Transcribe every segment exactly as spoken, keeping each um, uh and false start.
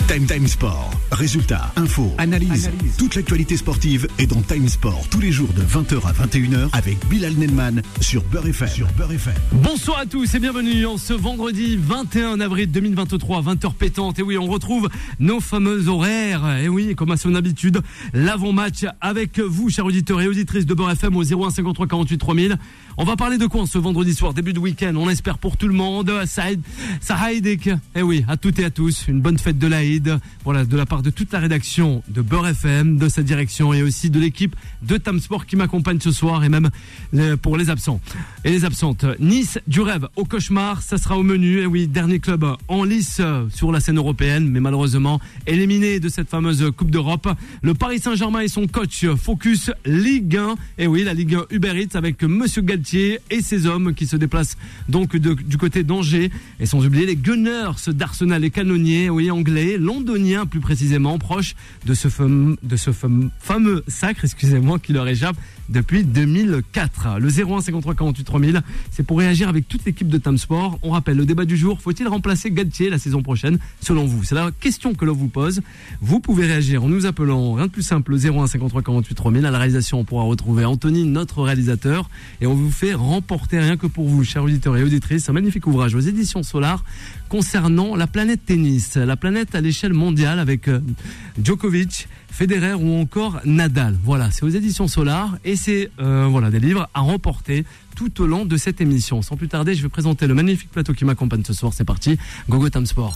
Time Time Sport. Résultats, infos, analyse. analyse. Toute l'actualité sportive est dans Time Sport tous les jours de vingt heures à vingt et une heures avec Bilal Nelman sur Beurre F M. Sur Beurre F M. Bonsoir à tous et bienvenue en ce vendredi vingt et un avril deux mille vingt-trois, vingt heures pétantes. Et oui, on retrouve nos fameux horaires. Et oui, comme à son habitude, l'avant-match avec vous, chers auditeurs et auditrices de Beurre F M au zéro un cinquante-trois quarante-huit trois mille. On va parler de quoi ce vendredi soir, début de week-end, on espère pour tout le monde. Saïd, Saïdik, eh oui, à toutes et à tous, une bonne fête de l'Aïd. Voilà, de la part de toute la rédaction de Beurre F M, de sa direction et aussi de l'équipe de Tam Sport qui m'accompagne ce soir et même pour les absents et les absentes. Nice, du rêve au cauchemar, ça sera au menu. Eh oui, dernier club en lice sur la scène européenne, mais malheureusement éliminé de cette fameuse Coupe d'Europe. Le Paris Saint-Germain et son coach focus Ligue un. Eh oui, la Ligue un Uber Eats avec Monsieur Galtier et ses hommes qui se déplacent donc de, du côté d'Angers, et sans oublier les Gunners d'Arsenal, les canonniers, oui, anglais, londoniens plus précisément, proches de ce fameux, de ce fameux, fameux sacre, excusez-moi, qui leur échappe depuis deux mille quatre. Le zéro un cinquante-trois quarante-huit trois mille, c'est pour réagir avec toute l'équipe de Tam Sport. On rappelle le débat du jour, faut-il remplacer Galtier la saison prochaine selon vous? C'est la question que l'on vous pose. Vous pouvez réagir en nous appelant, rien de plus simple, le zéro un cinquante-trois quarante-huit trois mille. À la réalisation, on pourra retrouver Anthony, notre réalisateur, et on vous fait remporter rien que pour vous, chers auditeurs et auditrices, un magnifique ouvrage aux éditions Solar concernant la planète tennis, la planète à l'échelle mondiale avec euh, Djokovic, Federer ou encore Nadal. Voilà, c'est aux éditions Solar et c'est euh, voilà des livres à remporter tout au long de cette émission. Sans plus tarder, je vais présenter le magnifique plateau qui m'accompagne ce soir. C'est parti, Gogo Tam Sport.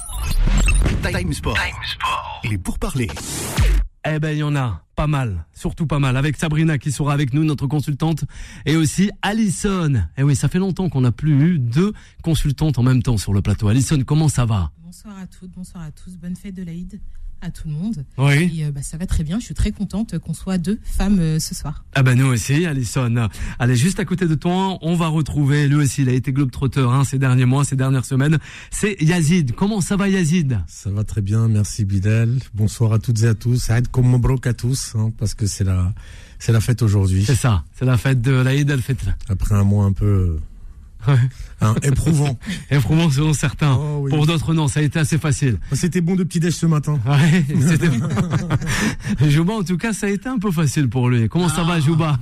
Time Sport. Time Sport. Il est pour parler. Eh ben, il y en a pas mal, surtout pas mal, avec Sabrina qui sera avec nous, notre consultante, et aussi Alison. Eh oui, ça fait longtemps qu'on n'a plus eu deux consultantes en même temps sur le plateau. Alison, comment ça va? Bonsoir à toutes, bonsoir à tous, bonne fête de l'Aïd à tout le monde. Oui. Et euh, bah, ça va très bien, je suis très contente qu'on soit deux femmes euh, ce soir. Ah ben nous aussi, Alison. Allez, juste à côté de toi, on va retrouver, lui aussi, il a été globetrotter hein, ces derniers mois, ces dernières semaines. C'est Yazid. Comment ça va, Yazid? Ça va très bien, merci Bilal. Bonsoir à toutes et à tous. Aïd comme Mobrouk à tous, hein, parce que c'est la, c'est la fête aujourd'hui. C'est ça, c'est la fête de l'Aïd al-Fitr. Après un mois un peu... Ouais. Hein, éprouvant. Éprouvant selon certains. Oh, oui. Pour d'autres, non, ça a été assez facile. C'était bon de petit-déj ce matin. Ouais, c'était bon. Jouba, en tout cas, ça a été un peu facile pour lui. Comment ah, ça va, Jouba?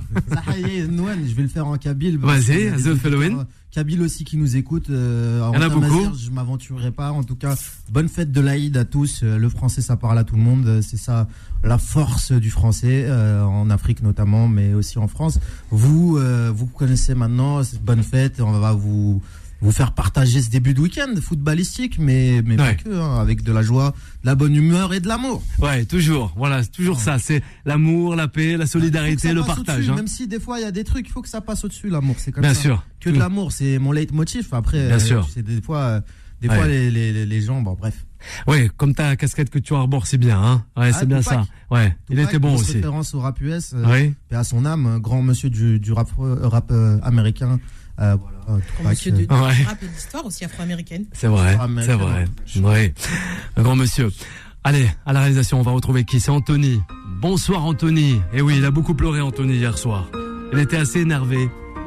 Je vais le faire en kabyle. Vas-y, Azul Felouin. Kabyle aussi qui nous écoute. Euh, Il y en a beaucoup. Je m'aventurerai pas. En tout cas, bonne fête de l'Aïd à tous. Le français, ça parle à tout le monde. C'est ça la force du français, euh, en Afrique notamment, mais aussi en France. Vous, euh, vous connaissez maintenant. Bonne fête. On va vous vous faire partager ce début de week-end footballistique, mais mais ouais. pas que, hein, avec de la joie, de la bonne humeur et de l'amour. Ouais, toujours. Voilà, c'est toujours ouais. ça. C'est l'amour, la paix, la solidarité, le partage. Hein. Même si des fois il y a des trucs, il faut que ça passe au-dessus. L'amour, c'est comme Bien ça. Bien sûr. Que de l'amour, c'est mon leitmotiv. Après, Bien euh, sûr. C'est des fois, euh, des ouais. fois les, les les gens, bon bref. Ouais, comme ta casquette que tu arbores, c'est bien, hein. Ouais, ah, c'est bien Tupac. ça. Ouais, Tupac, il était bon aussi. Référence au rap U S. Euh, oui. Et à son âme, grand monsieur du du rap euh, rap euh, américain. Euh, voilà. Grand Tupac, monsieur de, euh, de ouais. rap et d'histoire aussi afro-américaine. C'est vrai, c'est vrai. Oui, un grand monsieur. Allez, à la réalisation, on va retrouver qui? C'est Anthony. Bonsoir Anthony. Et oui, il a beaucoup pleuré Anthony hier soir. Il était assez énervé.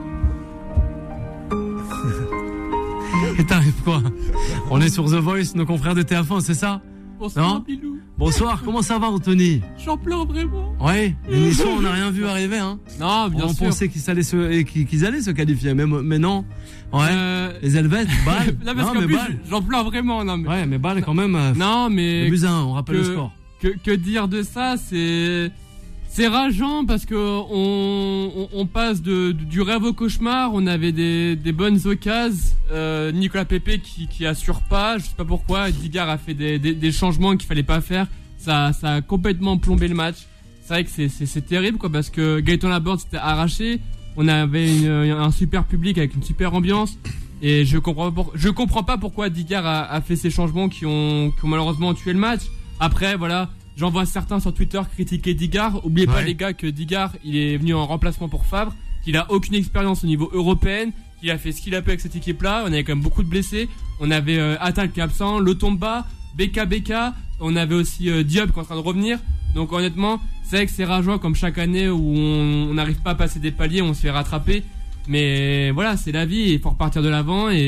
Et t'arrives quoi? On est sur The Voice, nos confrères de T F un, c'est ça? Bonsoir, non Bilou. Bonsoir, comment ça va Anthony? J'en pleure vraiment. Ouais, l'émission on n'a rien vu arriver hein. Non, bien on sûr. On pensait qu'ils allaient se, qu'ils allaient se qualifier, mais, mais non. Ouais. Euh... Les Helvètes, balle. Là parce non, qu'en mais plus, balle. j'en pleure vraiment. Non mais. Ouais, mais balle quand même. Euh, non mais. Buts un, on rappelle que, le score. Que, que dire de ça, c'est. C'est rageant parce que on, on, on passe de, du rêve au cauchemar. On avait des, des bonnes occasions. Euh, Nicolas Pepe qui, qui assure pas. Je sais pas pourquoi. Digard a fait des, des, des changements qu'il fallait pas faire. Ça, ça a complètement plombé le match. C'est vrai que c'est, c'est, c'est terrible quoi parce que Gaëtan Laborde s'était arraché. On avait une, un super public avec une super ambiance. Et je comprends pas, je comprends pas pourquoi Digard a, a fait ces changements qui ont, qui ont malheureusement tué le match. Après voilà. J'en vois certains sur Twitter critiquer Digard. Oubliez ouais. pas les gars que Digard, il est venu en remplacement pour Favre, qu'il a aucune expérience au niveau européen, qu'il a fait ce qu'il a pu avec cette équipe-là. On avait quand même beaucoup de blessés. On avait euh, Attal qui est absent, Lotomba, Beka Beka. On avait aussi euh, Diop qui est en train de revenir. Donc honnêtement, c'est vrai que c'est rageant comme chaque année où on n'arrive pas à passer des paliers, on se fait rattraper. Mais voilà, c'est la vie, il faut repartir de l'avant et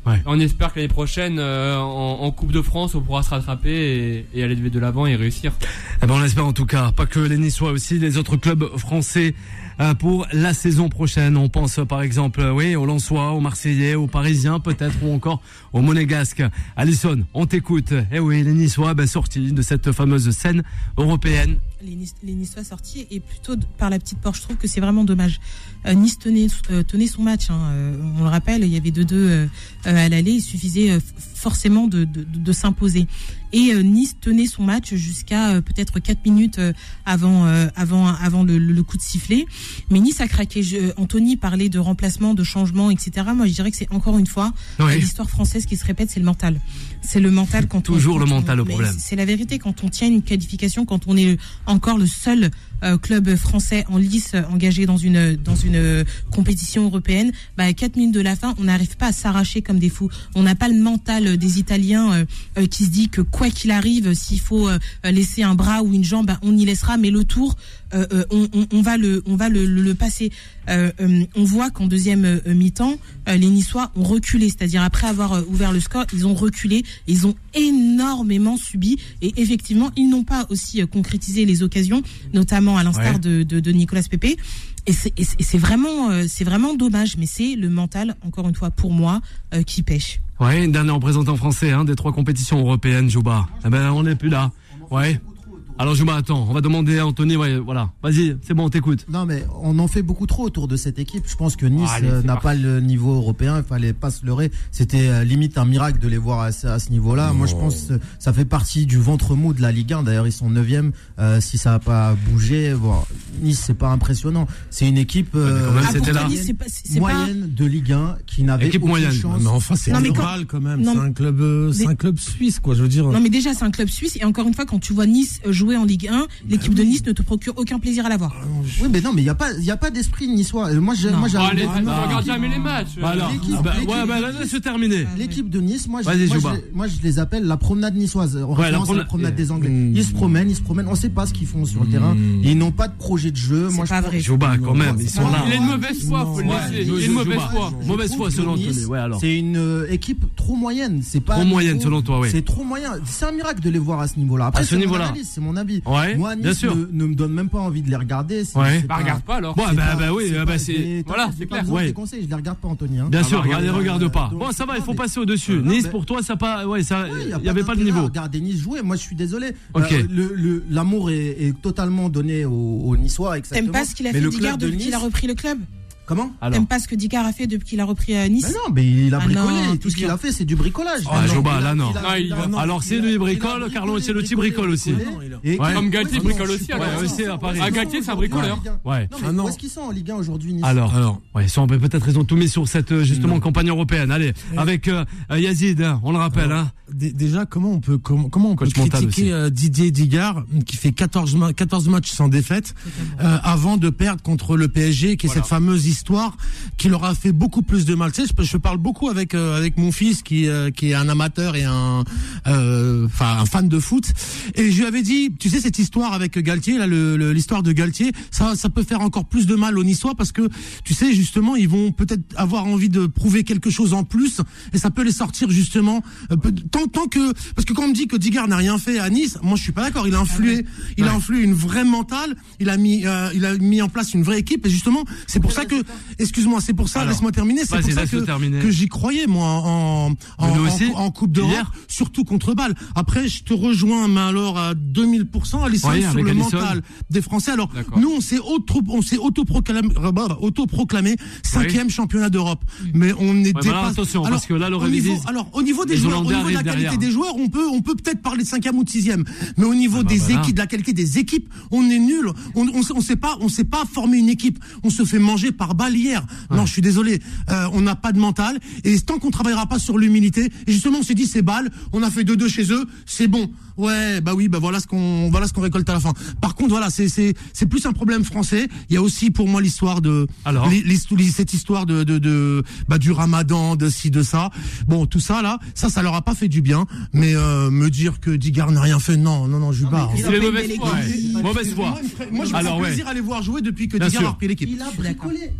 Ouais. On espère que l'année prochaine, euh, en, en Coupe de France, on pourra se rattraper et, et aller de l'avant et réussir. Eh ben on l'espère en tout cas, pas que les Niçois, aussi les autres clubs français euh, pour la saison prochaine. On pense par exemple, euh, oui, aux Lensois, aux Marseillais, aux Parisiens peut-être, ou encore aux Monégasques. Alisson, on t'écoute. Eh oui, les Niçois ben, sortis de cette fameuse scène européenne. Les, nice, les Niçois sortis, et plutôt de, par la petite porte, je trouve que c'est vraiment dommage. Euh, Nice tenait, euh, tenait son match, hein, euh, on le rappelle, il y avait deux deux euh, à l'aller, il suffisait euh, forcément de, de, de, de s'imposer. Et euh, Nice tenait son match jusqu'à euh, peut-être quatre minutes euh, avant, euh, avant, avant le, le coup de sifflet. Mais Nice a craqué. Je, Anthony parlait de remplacement, de changement, et cetera. Moi, je dirais que c'est encore une fois Oui. l'histoire française qui se répète, c'est le mental. C'est le mental quand Toujours on, le quand mental, on, le problème. C'est la vérité, quand on tient une qualification, quand on est encore le seul euh, club français en lice engagé dans une dans une euh, compétition européenne, bah à quatre minutes de la fin, on n'arrive pas à s'arracher comme des fous. On n'a pas le mental des Italiens euh, euh, qui se dit que quoi qu'il arrive, s'il faut euh, laisser un bras ou une jambe, bah, on y laissera, mais le tour euh, euh, on, on, on va le on va le, le, le passer. Euh, euh, on voit qu'en deuxième euh, mi-temps, euh, les Niçois ont reculé, c'est-à-dire après avoir euh, ouvert le score, ils ont reculé, ils ont énormément subi, et effectivement, ils n'ont pas aussi euh, concrétisé les occasions, notamment à l'instar Ouais. de, de, de Nicolas Pepe. Et c'est, et c'est, et c'est vraiment, euh, c'est vraiment dommage, mais c'est le mental, encore une fois, pour moi, euh, qui pêche. Ouais, dernier représentant français hein, des trois compétitions européennes, Jouba. Eh ben on n'est plus là. Ouais. Alors Jouba, attends, on va demander à Anthony, ouais, voilà. Vas-y, c'est bon, on t'écoute. Non, mais on en fait beaucoup trop autour de cette équipe. Je pense que Nice Allez, euh, c'est n'a parti. pas le niveau européen. Il fallait pas se leurrer. C'était euh, limite un miracle de les voir à, ce- à ce niveau-là. Moi, je pense que ça fait partie du ventre mou de la Ligue un. D'ailleurs, ils sont neuvième. Euh, si ça n'a pas bougé, bon, Nice, c'est pas impressionnant. C'est une équipe euh, quand même, Ah, c'était pour toi, là. Nice, c'est pas, c'est c'est pas, moyenne de Ligue un qui n'avait Équipe aucune moyenne. chance. Mais enfin, c'est Non, mais normal quand même. non, C'est un club, euh, c'est mais- un club suisse, quoi. Je veux dire. non, mais déjà, c'est un club suisse, et encore une fois, quand tu vois Nice jouer en Ligue un, l'équipe de Nice ne te procure aucun plaisir à la voir. Oui, mais non, mais il y a pas, il y a pas d'esprit niçois. Euh, Moi, j'ai, Non. moi, j'ai Oh, allez, regardé- je non, regarde l'équipe- jamais les matchs. Bah alors, l'équipe- ah bah, l'équipe ouais, bah, de laisse Nice- terminer. L'équipe de Nice, moi, je, Vas-y, moi, Jouba. je, moi, je les appelle la promenade niçoise. En Ouais, la référence à promenade- la promenade des Anglais. Mmh. Ils se promènent, ils se promènent. On sait pas ce qu'ils font sur le terrain. Ils n'ont pas de projet de jeu. C'est Moi, je pas pense- vrai. Jouba, quand même, ils sont là. Il a une mauvaise foi, faut le Non. laisser. Ouais, Il a je- une mauvaise Jouba. foi. Je Mauvaise trouve foi que selon Nice, Anthony. Ouais, alors. C'est une euh, équipe trop moyenne. C'est pas Trop un moyenne, niveau- selon toi, oui. C'est trop moyen. C'est un miracle de les voir à ce niveau-là. Après, À ce c'est mon niveau-là. analyse, c'est mon avis. Ouais, Moi, Nice bien sûr. Ne, ne me donne même pas envie de les regarder. C'est, Ouais. c'est Bah, pas- regarde pas alors. Bon, c'est bah, pas- bah oui, c'est ah pas- bah, c'est. mais t'as- voilà, j'ai c'est pas clair. besoin de Ouais. tes conseils, je les regarde pas, Anthony. Hein. Bien Ah sûr, bah, regardez, regarde, regarde pas. donc, Bon, ça va, il faut non, mais- passer au-dessus. Euh, non, Nice, mais- pour toi, ça pas, ouais, ça, Ouais, il y avait pas de d'intérêt niveau. à regarder Nice jouer. Moi, je suis désolé. Ok. Euh, le, le, l'amour est, est totalement donné aux, aux Niçois. Exactement. T'aimes pas ce qu'il a Mais fait le Digard club de depuis qu'il a Nice- repris le club? Comment Alors. T'aimes pas ce que Digard a fait depuis qu'il a repris à Nice? Mais non, mais il a Ah bricolé. non, Tout ce qu'il Digard. a fait, c'est du bricolage. Ah, Non, Jouba, il a- là, non. il a- Non, il il a- va- non, Alors, il c'est a- lui, il il a bricole, bricolé, Carlo Ancelotti bricole aussi. bricolé. Et- Ouais. Comme Galtier Ouais, bricole non, aussi. je suis Ouais, pas aussi, d'accord. à Paris. Ah, Galtier, c'est un bricoleur. Ouais. Non, mais Ah, non. où est-ce qu'ils sont en Ligue un aujourd'hui, Nice? Alors, Alors. ouais, ils sont peut-être ils ont tout mis sur cette euh, justement Non. campagne européenne. Allez, avec euh, Yazid, hein, on le rappelle. Hein. Dé- Déjà, comment on peut comment, comment on peut Coach mental critiquer aussi. euh, Didier Digard qui fait quatorze, ma- quatorze matchs sans défaite euh, avant de perdre contre le P S G, qui est Voilà. cette fameuse histoire qui leur a fait beaucoup plus de mal. Tu sais, je, je parle beaucoup avec euh, avec mon fils qui euh, qui est un amateur et un euh, enfin un fan de foot, et je lui avais dit, tu sais, cette histoire avec Galtier, là, le, le- l'histoire de Galtier, ça ça peut faire encore plus de mal aux Niçois parce que tu sais justement ils vont peut-être avoir envie de prouver quelque chose en plus et ça peut les sortir justement euh, peu- tant tant que parce que quand on me dit que Digard n'a rien fait à Nice, moi je suis pas d'accord. Il a influé, il a influé une vraie mentale. Il a mis, euh, il a mis en place une vraie équipe et justement c'est pour ça que, excuse-moi, c'est pour ça, Alors, laisse-moi terminer, c'est vas-y, pour ça laisse-le que, terminer. que j'y croyais moi en en, Mais nous en, aussi, en Coupe d'Europe, hier. surtout contre Bâle. Après je te rejoins, mais alors à deux mille pour cent, Alisson, Oui, sur avec le Alisson. mental des Français. Alors D'accord. nous on s'est auto, on s'est autoproclamé, autoproclamé cinquième championnat d'Europe, mais on est Ouais, bah là, dépassé. attention, parce que là, le au niveau, révisise- alors au niveau des les joueurs, au Hollandais niveau de la arrivent qualité derrière. des joueurs, on peut on peut peut-être parler de cinquième ou de sixième, mais au niveau Ah bah des voilà. équipes, de la qualité des équipes, on est nul. On on, on sait pas on sait pas former une équipe. On se fait manger par balle hier. Non, je suis désolé. Euh, on n'a pas de mental et tant qu'on travaillera pas sur l'humilité, et justement on s'est dit c'est balle, on a fait deux deux chez eux, c'est bon. Ouais, bah oui, bah voilà ce qu'on voilà ce qu'on récolte à la fin. Par contre, voilà, c'est c'est c'est plus un problème français. Il y a aussi pour moi l'histoire de Alors l'hi- l'hi- cette histoire de de, de bah du Ramadan, de ci de ça. Bon, tout ça là, ça ça leur a pas fait du bien, mais euh, me dire que Digard n'a rien fait, non, non non, je barre. mais C'est les Il a mauvaises pas une foi. belle équipe. Mauvaise foi. Moi, il me ferait- moi, je me Alors, fais ouais. plaisir à les voir jouer depuis que Bien Digard sûr. a repris l'équipe. Il a suis d'accord. bricolé. Il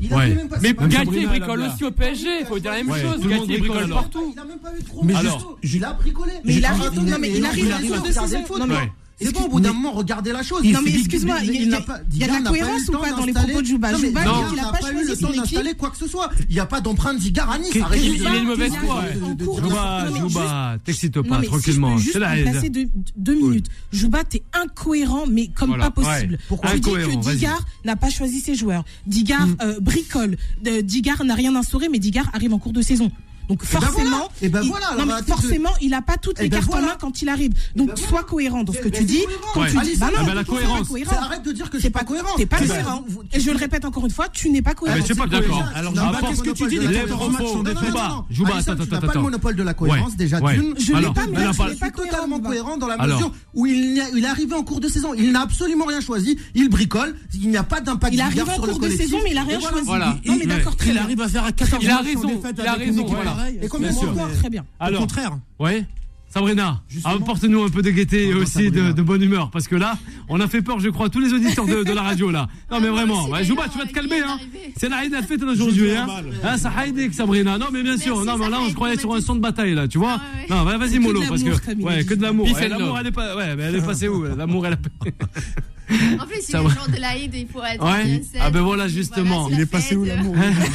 Il a Ouais. même pas, Mais c'est pas- Galtier Sabrina, bricole elle a aussi au P S G, faut dire la même Ouais, chose. tout le monde Galtier bricole, bricole alors. partout. Il a même pas eu trop. Mais Mais alors- il a bricolé. Mais il J'ai- arrive- attendez, non, mais il mais arrive il en arrive cours à de regarder saison. le foot. Non, mais- Ouais. C'est bon, au bout d'un moment, regardez la chose. Non, mais excuse-moi, il y a- il y a- pas- il y a de la Digar n'a pas eu cohérence le ou temps pas dans les d'installer- propos de Jouba Non, mais Jouba, Digar il a n'a pas pas eu choisi le son temps équipe. d'installer quoi que ce soit. Il n'y a pas d'empreinte Digar à Nice. Qu'est- Arrêtez qu'est-ce de- qu'il est une mauvaise Digar foi. est en de- cours de- de- Jouba, non, mais Jouba, t'excite Non, pas, mais tranquillement. Si je peux juste C'est la me haine. placer deux, deux minutes. Jouba, t'es incohérent, mais comme Voilà, pas possible. ouais. Pourquoi Tu dis incohérent, que vas-y. Digar n'a pas choisi ses joueurs. Digar euh, bricole. De- Digar n'a rien instauré, mais Digar arrive en cours de saison. Donc ben forcément, voilà. Et ben il, voilà, alors non, mais arrêtez de- forcément, il a pas toutes Et les ben cartes en voilà. main quand il arrive. Donc ben sois voilà. cohérent dans ce que Mais tu dis. c'est Quand cohérent. tu Ouais. dis, bah non, Ah ben la tu es pas cohérence. cohérent. C'est- Arrête de dire que je T'es suis pas pas cohérent. T'es pas Eh ben, cohérent. vous- Et je le répète encore une fois, tu n'es pas Mais cohérent. je suis pas Déjà, d'accord. alors, Jouba, Jouba, qu'est-ce que tu dis monopole de la Lève ton cohérence. faux. Non, non, non, Jouba, non. Jouba, Alisson, attends, tu n'as attends, pas le attends. monopole de la cohérence, Ouais. déjà Ouais. d'une. Je l'ai Alors, pas, mais elle là, a je pas- l'ai Je pas suis cohérent. totalement Jouba. cohérent dans la Alors. mesure où il, n'est- il est arrivé en cours de saison. Il n'a absolument rien choisi. Il bricole. Il n'y a pas d'impact Il Digar arrive en sur le cours de collectif. saison, mais il a rien Et voilà. choisi. Voilà. Non, mais d'accord, très Il bien. arrive à faire à quatorze Il a matchs sans raison, défaite il a avec une raison, équipe voilà. pareille. Et combien Bien de sûr. fois Très bien. Au Alors, contraire. ouais. Sabrina, Justement. apporte-nous un peu de gaieté et Pardon, aussi de, Sabrina. de bonne humeur, parce que là, on a fait peur, je crois, à tous les auditeurs de, de la radio là. Non mais Ah, moi vraiment, aussi, ouais, Jouba, d'ailleurs, tu vas te il calmer, vient hein. d'arriver. C'est la haine à fête aujourd'hui, hein. Hein, ça haïdik, Sabrina. Non mais bien sûr, Merci, non mais là, on Saïd, se croyait pour sur un mettre- son de bataille là, tu vois. Ah, ouais, ouais. Non, bah, vas-y Que de mollo, parce l'amour, que comme il ouais, dit. que de l'amour. Peace Ouais, and L'amour, love. elle est pas, ouais, mais elle est passée où L'amour, elle a. En plus, il Ça est va. le genre de l'Aïd, il faut être Ouais. bien Ah ben sec. voilà, justement. c'est Il la est passé fête. où, l'amour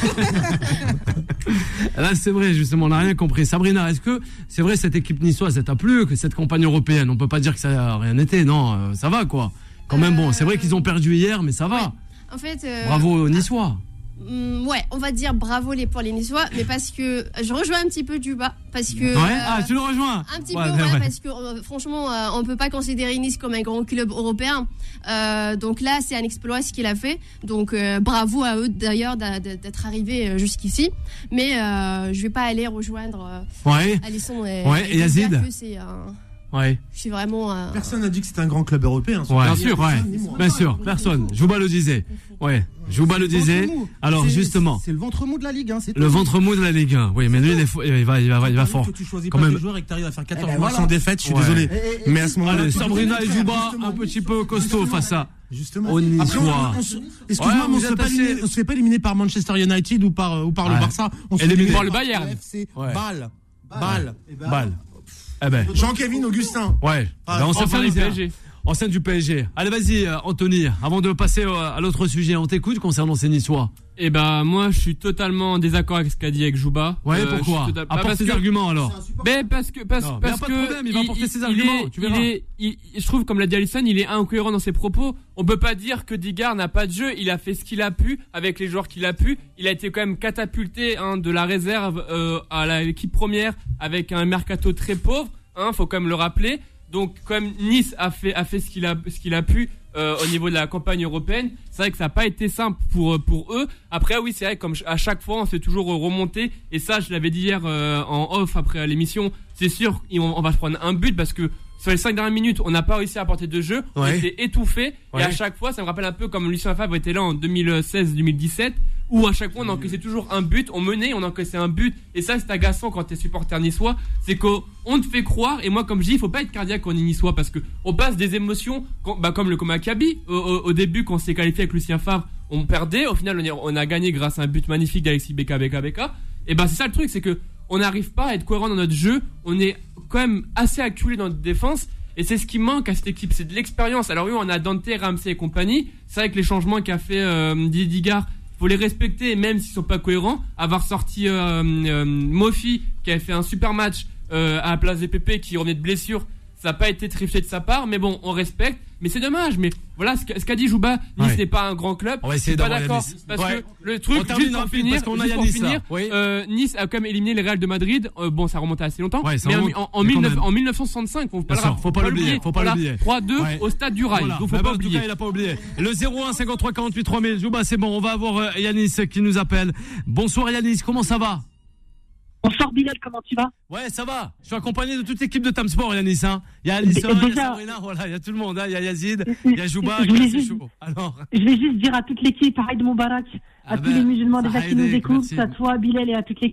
Là, c'est vrai, justement, on n'a rien compris. Sabrina, est-ce que c'est vrai cette équipe niçoise, ça t'a plu, que cette campagne européenne, on peut pas dire que ça a rien été, non, euh, ça va quoi. Quand même, bon, c'est vrai qu'ils ont perdu hier, mais ça va. En fait, euh, Bravo aux Niçois. hum, ouais, on va dire bravo les pour les Niçois, mais parce que je rejoins un petit peu Duba, parce que. Ouais, euh, ah, tu le rejoins. Un petit Ouais, peu, ouais, ouais, ouais. parce que euh, franchement, euh, on peut pas considérer Nice comme un grand club européen. Euh, donc là, c'est un exploit ce qu'il a fait. Donc euh, bravo à eux d'ailleurs d'a- d'a- d'être arrivés euh, jusqu'ici. Mais euh, je vais pas aller rejoindre euh, Ouais, Alisson et, Ouais, et Yazid. dire que c'est un- ouais, je suis vraiment. euh, Personne n'a dit que c'était un grand club européen. ouais. Bien sûr, ouais. Bien sûr, personne. Jouba le disait. Ouais, Jouba le disait. Alors, C'est- justement, C'est le ventre mou de la Ligue. Hein, c'est le tout. ventre mou de la Ligue un. Oui, mais lui, il, est fo- il va, il va, il va fort. Que tu choisis Quand pas même. tes joueurs et que tu arrives à faire quatorze Eh ben mois voilà. sans défaite, je suis Ouais. désolé. Et- et- Mais à ce moment-là, Allez, tu- Sabrina et Justement, Jouba, justement. un petit peu costaud face à Justement. aux Après, on- Niçois. on se- Excuse-moi, Ouais, mais on vous se fait êtes pas assez- éliminer- on se fait pas éliminer par Manchester United ou par, euh, ou par le Ouais. Barça. On se fait Éliminé éliminer par le Bayern. le F C Ouais. Bâle. Bâle. Balle. Eh ben, Jean-Kévin Augustin. ouais. Ah, Ben, on s'est Enfin, du parisien. P S G. Enceinte du P S G. Allez, vas-y, euh, Anthony, avant de passer euh, à l'autre sujet, on t'écoute concernant ces Niçois. Eh ben, moi, je suis totalement en désaccord avec ce qu'a dit avec Jouba. Ouais, Euh, pourquoi je suis tota- bah, Apporte parce tes que- arguments alors. Mais parce que parce, Non, mais y a parce pas de que problème, il va apporter ses il arguments, est- tu verras. il est- il- je trouve comme l'a dit Alisson, il est incohérent dans ses propos. On peut pas dire que Digar n'a pas de jeu. Il a fait ce qu'il a pu avec les joueurs qu'il a pu. Il a été quand même catapulté hein, de la réserve euh, à la- l'équipe première avec un mercato très pauvre. Hein, faut quand même le rappeler. Donc quand même Nice a fait a fait ce qu'il a ce qu'il a pu. Euh, au niveau de la campagne européenne, c'est vrai que ça n'a pas été simple pour pour eux. Après oui, c'est vrai comme à chaque fois on s'est toujours remonté et ça je l'avais dit hier euh, en off après l'émission. C'est sûr on, on va se prendre un but parce que sur les cinq dernières minutes on n'a pas réussi à apporter de jeu, on Ouais. était étouffé Ouais. et à chaque fois ça me rappelle un peu comme Lucien Favre était là en deux mille seize deux mille dix-sept où à chaque fois on encaissait toujours un but, on menait, on encaissait un but et ça c'est agaçant quand t'es supporter niçois, c'est qu'on te fait croire et moi comme je dis il faut pas être cardiaque quand on est niçois parce que on passe des émotions quand- bah, comme le comme Maccabi au, au, au début quand on s'est qualifié avec Lucien Favre on perdait, au final on, est- on a gagné grâce à un but magnifique d'Alexis Beka Beka Beka et ben c'est ça le truc, c'est que on n'arrive pas à être cohérent dans notre jeu, on est quand même assez acculé dans notre défense. Et c'est ce qui manque à cette équipe, c'est de l'expérience. Alors oui, on a Dante, Ramsey et compagnie. C'est vrai que les changements qu'a fait euh, Didier Digard, faut les respecter, même s'ils sont pas cohérents. Avoir sorti euh, euh, Mofi, qui avait fait un super match euh, à la place des Pépé, qui revenait de blessure, ça n'a pas été triché de sa part. Mais bon, on respecte. Mais c'est dommage. Mais voilà ce qu'a, ce qu'a dit Jouba. Nice Ouais. n'est pas un grand club. On va Je essayer suis pas d'avoir d'accord Yanis. parce Ouais. que le On truc, termine juste pour rapide finir, parce qu'on a juste pour Yanis, là. finir, Oui. euh, Nice a quand même éliminé le Real de Madrid. Euh, bon, ça remonte à assez longtemps. Ouais, ça mais en- remonte, en, en, mais quand mille neuf- même. en mille neuf cent soixante-cinq, faut pas, Bien sûr, le- faut pas l'oublier, faut pas Voilà, l'oublier. trois deux Ouais. au stade du Rail. Voilà. Donc faut Bah pas bah, en tout oublier. cas, il a pas oublié. Le zéro un cinquante-trois quarante-huit trois mille. Jouba, c'est bon, on va avoir euh, Yanis qui nous appelle. Bonsoir Yanis, comment ça va? Bonsoir Bilal, comment tu vas? Ouais, ça va. Je suis accompagné de toute l'équipe de Tam Sport, Yanis. Hein. Il y a Alisson, il y a Déjà- Sabrina, voilà, il y a tout le monde. Hein. Il y a Yazid, il y a Jouba, Je il y a voulais c'est juste- chaud. Alors, Je vais juste dire à toute l'équipe, Aïd Moubarak, à Ah tous ben, les musulmans ça déjà qui aide, nous écoutent, merci. à toi Bilal et à toute l'équipe.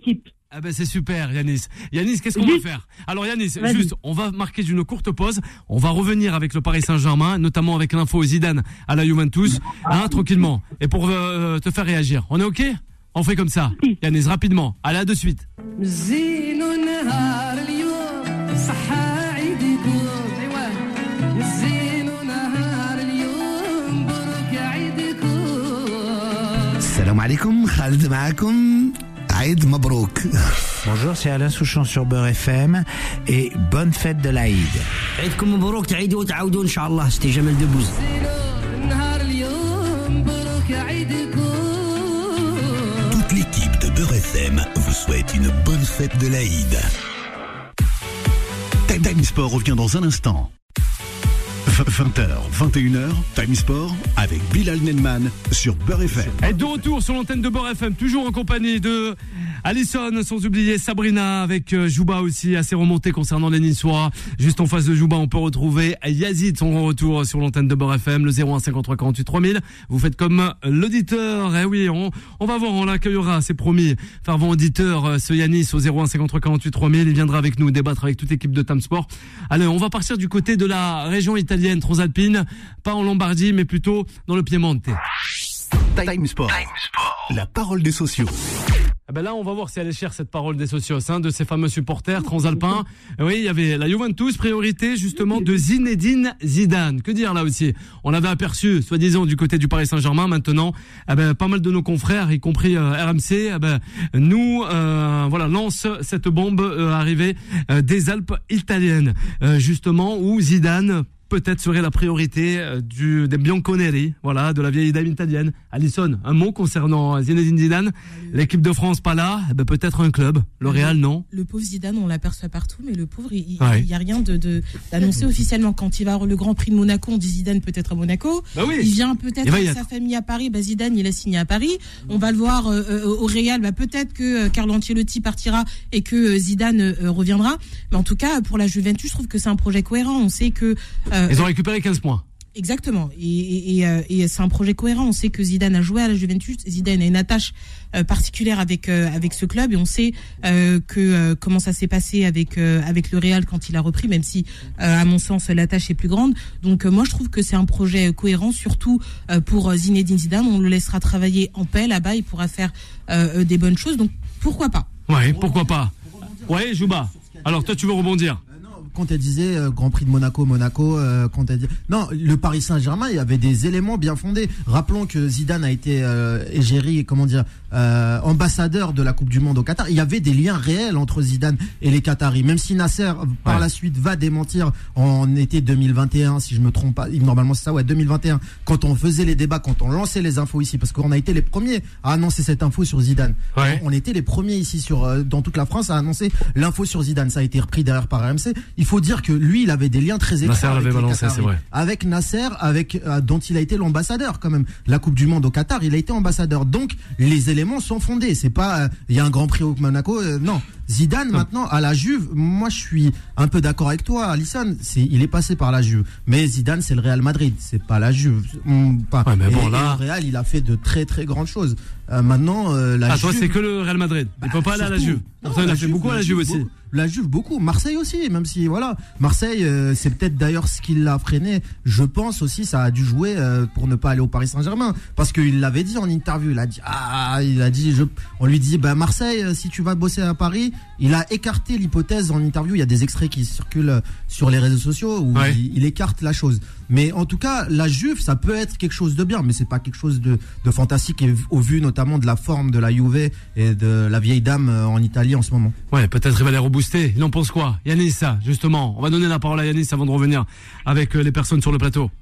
Ah ben c'est super Yanis. Yanis, qu'est-ce qu'on va faire? Alors Yanis, Vas-y. juste, on va marquer une courte pause. On va revenir avec le Paris Saint-Germain, notamment avec l'info Zidane à la Juventus, hein, tranquillement. Et pour euh, te faire réagir. On est ok? On fait comme ça. Yanis, rapidement. Allez, à de suite. Salam alaikum, Khalid ma'akoum, Aïd Mabrouk. Bonjour, c'est Alain Souchon sur Beurre F M et bonne fête de l'Aïd. عيدكم مبروك تعيدوا وتعودوا ان شاء الله. C'était Jamel Debbouze. Toute l'équipe de Beurre F M vous souhaite une bonne fête de l'Aïd. Time Sport revient dans un instant. vingt heures, vingt et une heures, Time Sport avec Bilal Nenman sur Beurre F M. Et de retour sur l'antenne de Beurre F M, toujours en compagnie de Alison, sans oublier Sabrina avec euh, Jouba aussi, assez remonté concernant les Niçois. Juste en face de Jouba, on peut retrouver Yazid, son retour sur l'antenne de Beurre F M, le zéro un cinquante-trois quarante-huit trois mille. Vous faites comme l'auditeur. Eh oui, on, on va voir, on l'accueillera, c'est promis. Fervent auditeur, euh, ce Yanis au zéro un cinquante-trois quarante-huit trois mille. Il viendra avec nous débattre avec toute l'équipe de Time Sport. Allez, on va partir du côté de la région italienne transalpine, pas en Lombardie, mais plutôt dans le Piemonte. Time Sport, la parole des sociaux. Ah ben là, on va voir si elle est chère cette parole des socios, hein, de ces fameux supporters transalpins. Oui, il y avait la Juventus, priorité justement de Zinedine Zidane. Que dire là aussi? On l'avait aperçu, soi-disant, du côté du Paris Saint-Germain. Maintenant, eh ben, pas mal de nos confrères, y compris euh, R M C, eh ben, nous, euh, voilà, lance cette bombe euh, arrivée euh, des Alpes italiennes, euh, justement, où Zidane peut-être serait la priorité euh, du, des Bianconeri, voilà, de la vieille dame italienne. Alison, un mot concernant Zinedine Zidane. L'équipe de France pas là, eh ben peut-être un club. Le Real, non. Le pauvre Zidane, on l'aperçoit partout, mais le pauvre, il Ouais. n'y a rien de, de d'annoncé officiellement. Quand il va avoir le Grand Prix de Monaco, on dit Zidane peut-être à Monaco. Bah oui. Il vient peut-être Il va y avec être. sa famille à Paris. Bah Zidane, il a signé à Paris. On va le voir euh, euh, au Real. Bah peut-être que euh, Carlo Ancelotti partira et que euh, Zidane euh, reviendra. Mais en tout cas, pour la Juventus, je trouve que c'est un projet cohérent. On sait que euh, Ils ont récupéré quinze points. Exactement, et, et, et, euh, et c'est un projet cohérent. On sait que Zidane a joué à la Juventus, Zidane a une attache euh, particulière avec euh, avec ce club, et on sait euh, que euh, comment ça s'est passé avec euh, avec le Real quand il a repris, même si euh, à mon sens l'attache est plus grande. Donc euh, moi je trouve que c'est un projet cohérent, surtout euh, pour Zinedine Zidane. On le laissera travailler en paix là-bas, il pourra faire euh, des bonnes choses. Donc pourquoi pas? Ouais, pourquoi pas. Ouais, Jouba. Alors toi tu veux rebondir? Quand elle disait euh, Grand Prix de Monaco, Monaco, euh, quand elle dit non, le Paris Saint-Germain, il y avait des éléments bien fondés. Rappelons que Zidane a été euh, égérie, comment dire, euh, ambassadeur de la Coupe du Monde au Qatar. Il y avait des liens réels entre Zidane et les Qataris. Même si Nasser par Ouais. la suite va démentir en été deux mille vingt et un, si je me trompe pas, normalement c'est ça, ouais, deux mille vingt et un, quand on faisait les débats, quand on lançait les infos ici, parce qu'on a été les premiers à annoncer cette info sur Zidane. Ouais. On était les premiers ici sur euh, dans toute la France à annoncer l'info sur Zidane. Ça a été repris derrière par R M C. Il faut dire que lui, il avait des liens très étroits Nasser avec l'avait les balancé, Qataris. c'est vrai. Avec Nasser, avec euh, dont il a été l'ambassadeur quand même. La Coupe du Monde au Qatar, il a été ambassadeur. Donc les éléments sont fondés. C'est pas il euh, y a un Grand Prix au Monaco. Euh, non, Zidane Hum. maintenant à la Juve. Moi, je suis un peu d'accord avec toi, Alisson. C'est il est passé par la Juve, mais Zidane, c'est le Real Madrid. C'est pas la Juve. On, pas. Ouais, mais bon, et, là- et le Real, il a fait de très très grandes choses. Euh, maintenant, euh, la Ah, Juve. toi c'est que le Real Madrid. Il peut pas aller à la Surtout. Juve. Non, Pourtant, il la a fait Juve, beaucoup à la Juve aussi. beaucoup. La Juve beaucoup, Marseille aussi, même si voilà, Marseille euh, c'est peut-être d'ailleurs ce qui l'a freiné. Je pense aussi ça a dû jouer euh, pour ne pas aller au Paris Saint-Germain, parce qu'il l'avait dit en interview. Il a dit ah, il a dit je, on lui dit bah Marseille, euh, si tu vas bosser à Paris, il a écarté l'hypothèse en interview. Il y a des extraits qui circulent sur les réseaux sociaux où Ouais. il, il écarte la chose. Mais en tout cas, la Juve, ça peut être quelque chose de bien, mais c'est pas quelque chose de, de fantastique, et au vu notamment de la forme de la Juve et de la vieille dame euh, en Italie en ce moment. Ouais, peut-être il va les rebooster. Il en pense quoi? Yanis, ça, justement. On va donner la parole à Yanis avant de revenir avec euh, les personnes sur le plateau.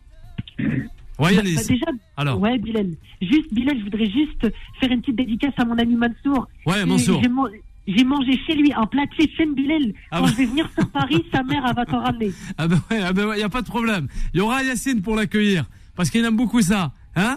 Ouais, Yanis. Bah, déjà, Alors. ouais, Bilal. Juste, Bilal, je voudrais juste faire une petite dédicace à mon ami Mansour. Ouais, Mansour. J'ai, man- j'ai mangé chez lui un plat tchétchène, Bilal. Ah Quand bah. je vais venir sur Paris, sa mère, elle va t'en ramener. Ah ben ouais, ah ben ouais, y a pas de problème. Il y aura Yacine pour l'accueillir. Parce qu'il aime beaucoup ça. Hein?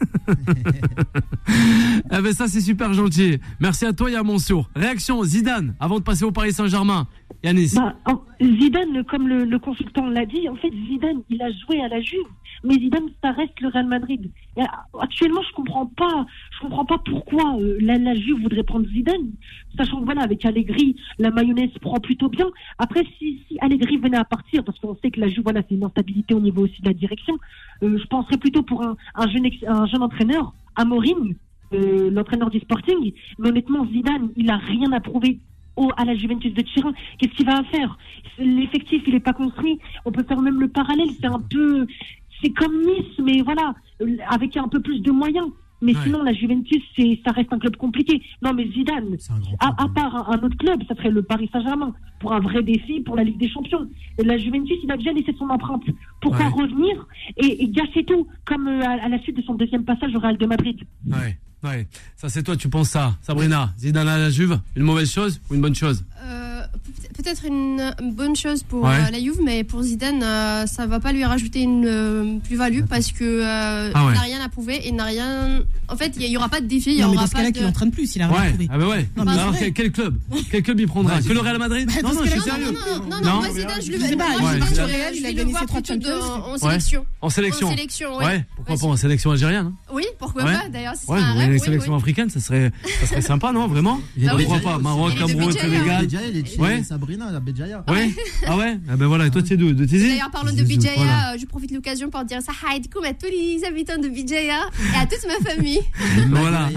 Ah ben ça c'est super gentil. Merci à toi, il y a Mansour. Réaction, Zidane, avant de passer au Paris Saint-Germain. Yanis. Bah, en- Zidane, comme le, le consultant l'a dit, en fait, Zidane, il a joué à la Juve, mais Zidane, ça reste le Real Madrid. Et, euh, actuellement, je comprends pas, je comprends pas pourquoi euh, la, la Juve voudrait prendre Zidane, sachant que voilà, avec Allegri, la mayonnaise prend plutôt bien. Après, si, si Allegri venait à partir, parce qu'on sait que la Juve, voilà, c'est une instabilité au niveau aussi de la direction, euh, je penserais plutôt pour un, un jeune, ex- un jeune entraîneur, Amorim, euh, l'entraîneur du Sporting. Mais honnêtement, Zidane, il a rien à prouver au, à la Juventus de Turin. Qu'est-ce qu'il va faire? L'effectif, il est pas construit. On peut faire même le parallèle. C'est un peu, c'est comme Nice, mais voilà, euh, avec un peu plus de moyens. Mais Ouais. sinon, la Juventus, c'est, ça reste un club compliqué. Non, mais Zidane, à, à part un, un autre club, ça serait le Paris Saint-Germain, pour un vrai défi pour la Ligue des Champions. Et la Juventus, il a déjà laissé son empreinte. Pourquoi Ouais. revenir et, et gâcher tout, comme euh, à, à la suite de son deuxième passage au Real de Madrid? Ouais, ouais. Ça, c'est toi, tu penses ça. Sabrina, Zidane à la Juve, une mauvaise chose ou une bonne chose? Euh, peut- peut-être une, une bonne chose pour Ouais. euh, la Juve, mais pour Zidane, euh, ça va pas lui rajouter une euh, plus-value parce que euh, Ah ouais. il n'a rien à prouver, il n'a rien. En fait, il y, y aura pas de défi, il y Non, mais aura dans ce pas cas-là, de. qu'il entraîne plus, il a rien à Ouais, prouver. ah bah ouais. Non, mais Alors, c'est vrai. quel, quel club Quel club il prendra? Que le Real Madrid? Bah, Non, dans non, ce je suis cas-là, sérieux. Non, non, non, Non. moi Zidane, je le Je sais pas, moi, Ouais, Zidane, Zidane. je- Real, je il a vais gagné le voir ses trois plutôt de- Champions. en Ouais. sélection. En sélection. En sélection, ouais. Ouais, pourquoi Vas-y. pas en sélection algérienne? hein Oui, pourquoi Ouais. pas d'ailleurs, c'est Ouais, un mais rêve. les oui, sélections oui. africaines, ça serait, ça serait sympa, non? Vraiment? Bah oui. Pourquoi pas? Maroc, Il est de Cameroun, Béjaïa. Sénégal. Béjaïa, il est de chez Ouais. Sabrina, la Béjaïa. Ouais. Ah ouais? Ah ben voilà, et toi, tu es d'où? De Tizi? D'ailleurs, parlons de Voilà. Bijaya, euh, je profite de l'occasion pour dire ça à tous les habitants de Bijaya et à toute ma famille. Voilà.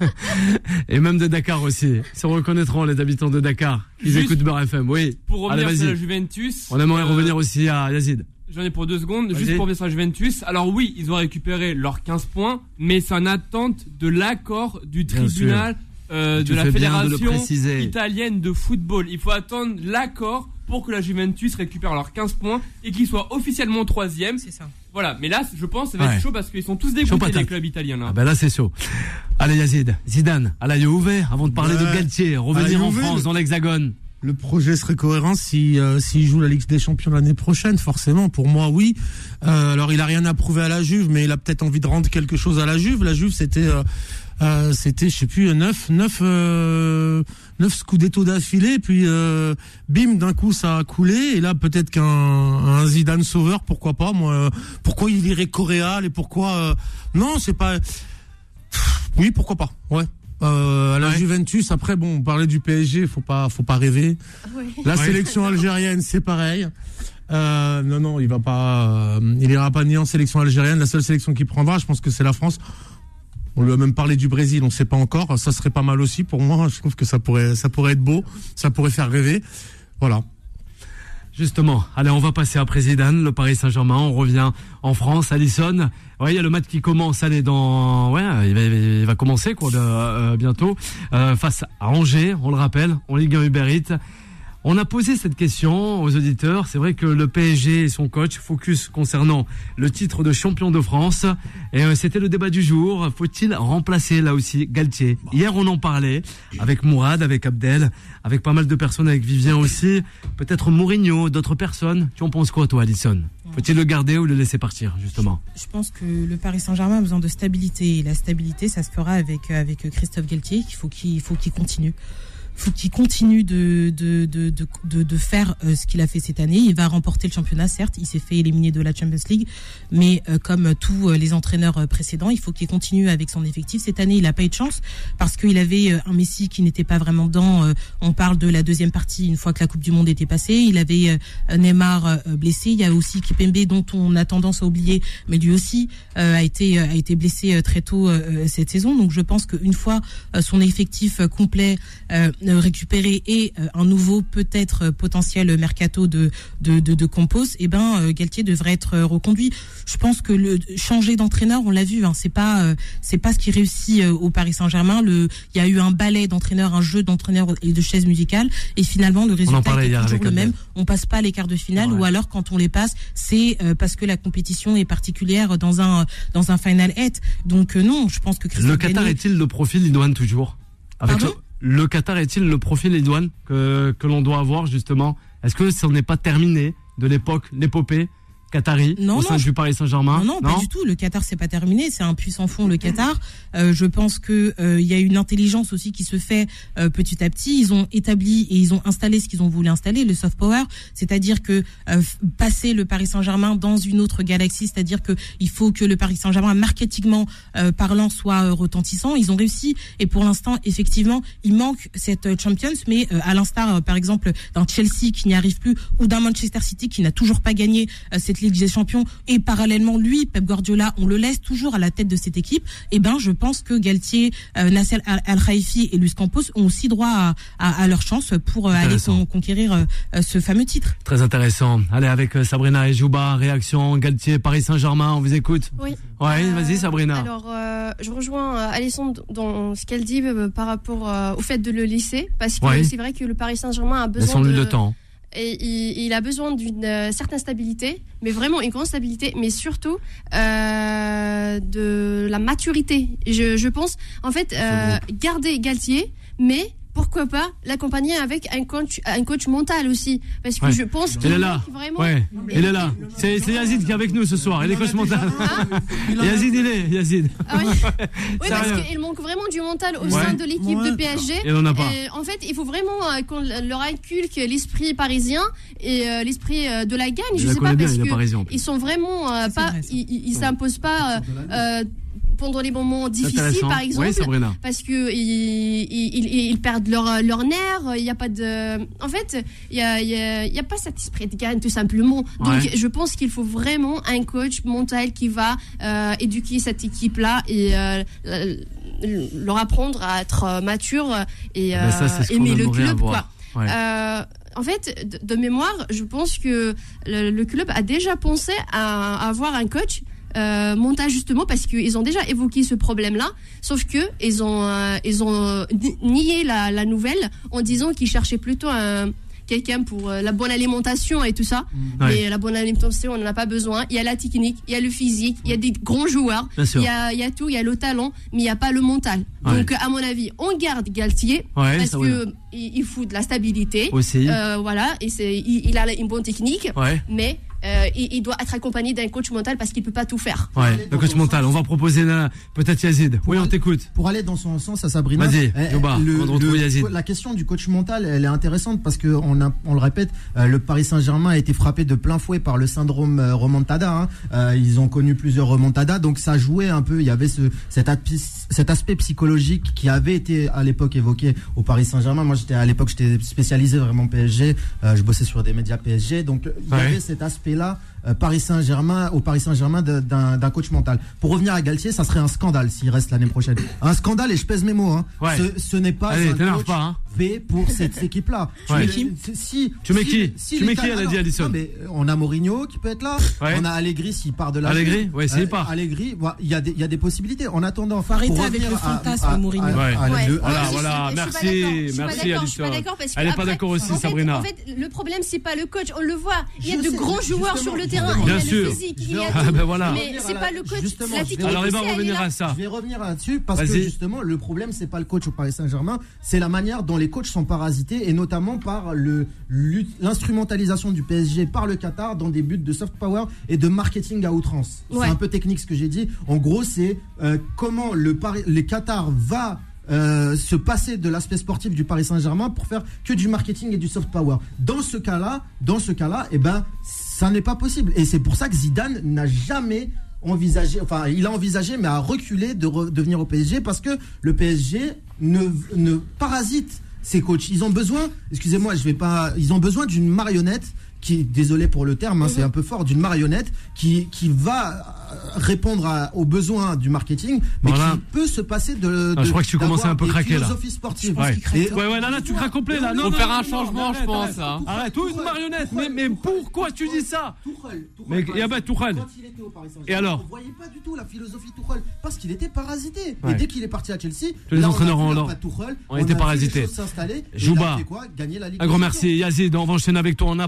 Et même de Dakar aussi. Ils se reconnaîtront, les habitants de Dakar. Ils Juste écoutent Beurre F M, oui. Pour Allez, revenir sur la vas-y. Juventus. On aimerait euh, revenir aussi à Yazid. J'en ai pour deux secondes. Vas-y. Juste pour revenir sur la Juventus. Alors oui, ils ont récupéré leurs quinze points, mais c'est en attente de l'accord du Bien tribunal euh, Tu de la fais bien de le fédération préciser. italienne de football. Il faut attendre l'accord pour que la Juventus récupère leurs quinze points et qu'ils soient officiellement troisième. C'est ça. Voilà, mais là, je pense que ça va Ouais. être chaud parce qu'ils sont tous Chaud dégoûtés patate. des clubs italiens. Là. Ah ben là, c'est chaud. Allez, Yazid. Zidane, à la Juve, avant de parler Ouais. de Galtier, À revenir la en Juve, France, le- dans l'Hexagone. Le projet serait cohérent si euh, s'il joue la Ligue des Champions l'année prochaine, forcément. Pour moi, oui. Euh, alors, il a rien à prouver à la Juve, mais il a peut-être envie de rendre quelque chose à la Juve. La Juve, c'était, euh, euh, c'était, je sais plus, neuf, neuf, euh, neuf Scudetto d'affilée. Puis, euh, bim, d'un coup, ça a coulé. Et là, peut-être qu'un un Zidane sauveur, pourquoi pas. Moi, euh, pourquoi il irait qu'au Real et pourquoi euh, Non, c'est pas. Pff, oui, pourquoi pas. Ouais. Euh, à la Ouais. Juventus, après, bon, on parlait du P S G, faut pas, faut pas rêver. Oui. La Ouais. sélection algérienne, c'est pareil. Euh, non, non, il va pas, euh, il ira pas ni en sélection algérienne. La seule sélection qu'il prendra, je pense que c'est la France. On lui a même parlé du Brésil, on sait pas encore. Ça serait pas mal aussi pour moi. Je trouve que ça pourrait, ça pourrait être beau, ça pourrait faire rêver. Voilà. Justement, allez, on va passer après Zidane, le Paris Saint-Germain. On revient en France, Alisson. Ouais, il y a le match qui commence. Allez, dans, ouais, il va, il va commencer quoi, de, euh, bientôt euh, face à Angers. On le rappelle, en Ligue un Uber Eats. On a posé cette question aux auditeurs. C'est vrai que le P S G et son coach focus concernant le titre de champion de France. Et euh, c'était le débat du jour. Faut-il remplacer là aussi Galtier? Hier, on en parlait avec Mourad, avec Abdel, avec pas mal de personnes, avec Vivien aussi. Peut-être Mourinho, d'autres personnes. Tu en penses quoi, toi, Alisson? Faut-il le garder ou le laisser partir, justement? Je pense que le Paris Saint-Germain a besoin de stabilité. Et la stabilité, ça se fera avec, avec Christophe Galtier. Il faut qu'il faut qu'il continue. Faut qu'il continue de de de de de, de faire euh, ce qu'il a fait cette année. Il va remporter le championnat, certes. Il s'est fait éliminer de la Champions League, mais euh, comme tous euh, les entraîneurs euh, précédents, il faut qu'il continue avec son effectif. Cette année, il a pas eu de chance parce qu'il avait euh, un Messi qui n'était pas vraiment dedans. Euh, on parle de la deuxième partie une fois que la Coupe du Monde était passée. Il avait euh, Neymar euh, blessé. Il y a aussi Kipembe dont on a tendance à oublier, mais lui aussi euh, a été euh, a été blessé euh, très tôt euh, cette saison. Donc je pense qu'une fois euh, son effectif euh, complet euh, récupéré et euh, un nouveau peut-être euh, potentiel mercato de de de, de Compos, et eh ben euh, Galtier devrait être euh, reconduit. Je pense que le changer d'entraîneur, on l'a vu, hein, c'est pas euh, c'est pas ce qui réussit euh, au Paris Saint-Germain. Le il y a eu un ballet d'entraîneurs, un jeu d'entraîneurs et de chaises musicales, et finalement le résultat est toujours le même. On passe pas les quarts de finale, ouais. Ou alors quand on les passe, c'est euh, parce que la compétition est particulière dans un dans un final eight. Donc euh, non, je pense que Christophe le Qatar Gagné... est-il le profil Idoine toujours avec Pardon le... Le Qatar est-il le profil Idoine que, que l'on doit avoir justement? Est-ce que ce n'est pas terminé de l'époque, l'épopée qatari Non, au non, sein je- du Paris Saint-Germain. Non, non, pas du tout. Le Qatar, c'est pas terminé. C'est un puissant fond, le Qatar. Euh, je pense que euh, il y a une intelligence aussi qui se fait euh, petit à petit. Ils ont établi et ils ont installé ce qu'ils ont voulu installer, le soft power, c'est-à-dire que euh, passer le Paris Saint-Germain dans une autre galaxie, c'est-à-dire que il faut que le Paris Saint-Germain, marketingment euh, parlant, soit euh, retentissant. Ils ont réussi et pour l'instant, effectivement, il manque cette euh, Champions, mais euh, à l'instar, euh, par exemple, d'un Chelsea qui n'y arrive plus ou d'un Manchester City qui n'a toujours pas gagné euh, cette Ligue des Champions et parallèlement lui, Pep Guardiola, on le laisse toujours à la tête de cette équipe. Et ben, je pense que Galtier, euh, Nasser Al-Khelaifi et Luis Campos ont aussi droit à, à, à leur chance pour euh, aller con- conquérir euh, ce fameux titre. Très intéressant. Allez, avec euh, Sabrina et Jouba, réaction Galtier, Paris Saint-Germain, on vous écoute. Oui. Ouais, Euh, vas-y Sabrina. Alors, euh, je rejoins euh, Alessandre dans ce qu'elle dit euh, par rapport euh, au fait de le laisser, parce que Ouais. c'est vrai que le Paris Saint-Germain a besoin Laissons-lui de le temps. Et il, il a besoin d'une euh, certaine stabilité, mais vraiment une grande stabilité, mais surtout euh, de la maturité. Je, je pense, en fait, euh, garder Galtier, mais pourquoi pas l'accompagner avec un coach, un coach mental aussi, parce que Ouais. je pense Il qu'il est là. manque vraiment. Ouais, il est là. C'est c'est Yazid qui est avec nous ce soir. Il est coach mental. Yazid, il est. Yazid. Ah oui, oui parce Sérieux. qu'il manque vraiment du mental au Ouais. sein de l'équipe Ouais. de P S G. Et on en a pas. Et en fait, il faut vraiment euh, qu'on leur inculque l'esprit parisien et euh, l'esprit euh, de la gagne. Il Je la sais connaît pas bien, parce il est que parisien, en plus. ils sont vraiment euh, pas, ils, ils ils s'imposent pas. euh, euh, pendant les moments difficiles, intéressant. par exemple, Oui, Sabrina. parce que ils, ils, ils, ils perdent leur leur nerf. Il y a pas de, en fait, il y a, il y a, il y a pas cet esprit de gagne tout simplement. Donc, Ouais. je pense qu'il faut vraiment un coach mental qui va euh, éduquer cette équipe-là et euh, leur apprendre à être euh, mature et Ben ça, euh, c'est ce qu'on aimer le aimerait club, avoir. quoi. Ouais. Euh, en fait, de, de mémoire, je pense que le, le club a déjà pensé à, à avoir un coach euh, mental justement parce qu'ils ont déjà évoqué ce problème-là. Sauf que ils ont euh, ils ont nié la, la nouvelle en disant qu'ils cherchaient plutôt un quelqu'un pour euh, la bonne alimentation et tout ça. Ouais. Mais la bonne alimentation, on n'en a pas besoin. Il y a la technique, il y a le physique, il y a des grands joueurs, Bien sûr. il y a, il y a tout, il y a le talent, mais il n'y a pas le mental. Ouais. Donc, à mon avis, on garde Galtier Ouais, parce ça, oui. que il, il faut de la stabilité. Aussi. Euh, voilà, et c'est, il, il a une bonne technique, Ouais. mais euh, il, il doit être accompagné d'un coach mental parce qu'il peut pas tout faire. Ouais, le coach mental. On va proposer euh, peut-être Yazid. Oui, on t'écoute. Pour aller dans son sens à Sabrina, Vas-y, eh, Yoba, le- on retrouve le- Yazid. la question du coach mental, elle est intéressante parce que on, a, on le répète, euh, le Paris Saint-Germain a été frappé de plein fouet par le syndrome euh, remontada. Hein. Euh, ils ont connu plusieurs remontadas, donc ça jouait un peu. Il y avait ce, cet, aspect, cet aspect psychologique qui avait été à l'époque évoqué au Paris Saint-Germain. Moi, j'étais à l'époque, j'étais spécialisé vraiment P S G. Euh, je bossais sur des médias P S G, donc il y Ouais. avait cet aspect-là. Euh, Paris Saint-Germain au Paris Saint-Germain de- d'un d'un coach mental. Pour revenir à Galtier, ça serait un scandale s'il reste l'année prochaine. Un scandale, et je pèse mes mots. Hein. Ouais. Ce, ce n'est pas Allez, un t'énerve coach pas, hein. fait pour cette équipe-là. Ouais. Tu mets qui si, Tu mets si- qui si Tu mets les qui, talents- elle a dit alors, Alisson non, mais on a Mourinho qui peut être là. Ouais. On a Allegri s'il part de là. Allegri, ouais, s'il part. Allegri, voilà, il y a des il y a des possibilités. En attendant, Faut arrêter pour avec revenir le à- fantasme, à- Mourinho. à- Ouais. à- Ouais. le- Voilà, Ouais, je- voilà, je suis pas merci, d'accord, je suis pas merci, d'accord, je suis pas Alison. d'accord parce que Elle est pas après, d'accord aussi, en fait, Sabrina. En fait, le problème c'est pas le coach, on le voit. Il y a Je de sais, grands joueurs justement, sur le justement. terrain, il y Bien a sûr. le physique, il y a Ah, tout. ben voilà. Mais c'est pas le coach, Justement, la je vais- technique. Alors, il va aussi, elle est revenir là. à ça. Je vais revenir là-dessus parce que Vas-y. justement le problème c'est pas le coach au Paris Saint-Germain, c'est la manière dont les coachs sont parasités et notamment par le l'ut- l'instrumentalisation du P S G par le Qatar dans des buts de soft power et de marketing à outrance. Ouais. C'est un peu technique ce que j'ai dit. En gros, c'est euh, comment le Paris, les Qatar va euh, se passer de l'aspect sportif du Paris Saint-Germain pour faire que du marketing et du soft power. Dans ce cas-là, dans ce cas-là, eh ben ça n'est pas possible et c'est pour ça que Zidane n'a jamais envisagé, enfin il a envisagé mais a reculé de, re- de venir au P S G parce que le P S G ne, ne parasite ses coachs. Ils ont besoin, excusez-moi, je vais pas, ils ont besoin d'une marionnette qui, désolé pour le terme, hein, c'est un peu fort, d'une marionnette qui, qui va répondre à, aux besoins du marketing, mais Voilà. qui peut se passer de. Ah, je crois que tu d'avoir commençais un peu des craquer, là. philosophies sportives. Ouais. Et- Ouais, ouais, là, là, tu craques complet, là. Non, Faut non, faire non, un non, changement, arrête, je pense, arrête. hein. Arrête, ou une marionnette. Mais, mais pourquoi tu dis ça? Tuchel, Tuchel, Mais par il y a pas exemple, Tuchel. quand il était au Paris Saint-Germain, Et alors on voyait pas du tout la philosophie Tuchel parce qu'il était parasité. Ouais. Et dès qu'il est parti à Chelsea, Tous les là, entraîneurs on a en vu l'or la patte Tuchel, ont on été a vu parasités. les choses s'installer, et Jouba. il a fait quoi Gagner la Ligue Un grand des merci, Yazid. On va enchaîner avec toi. On a pas mal de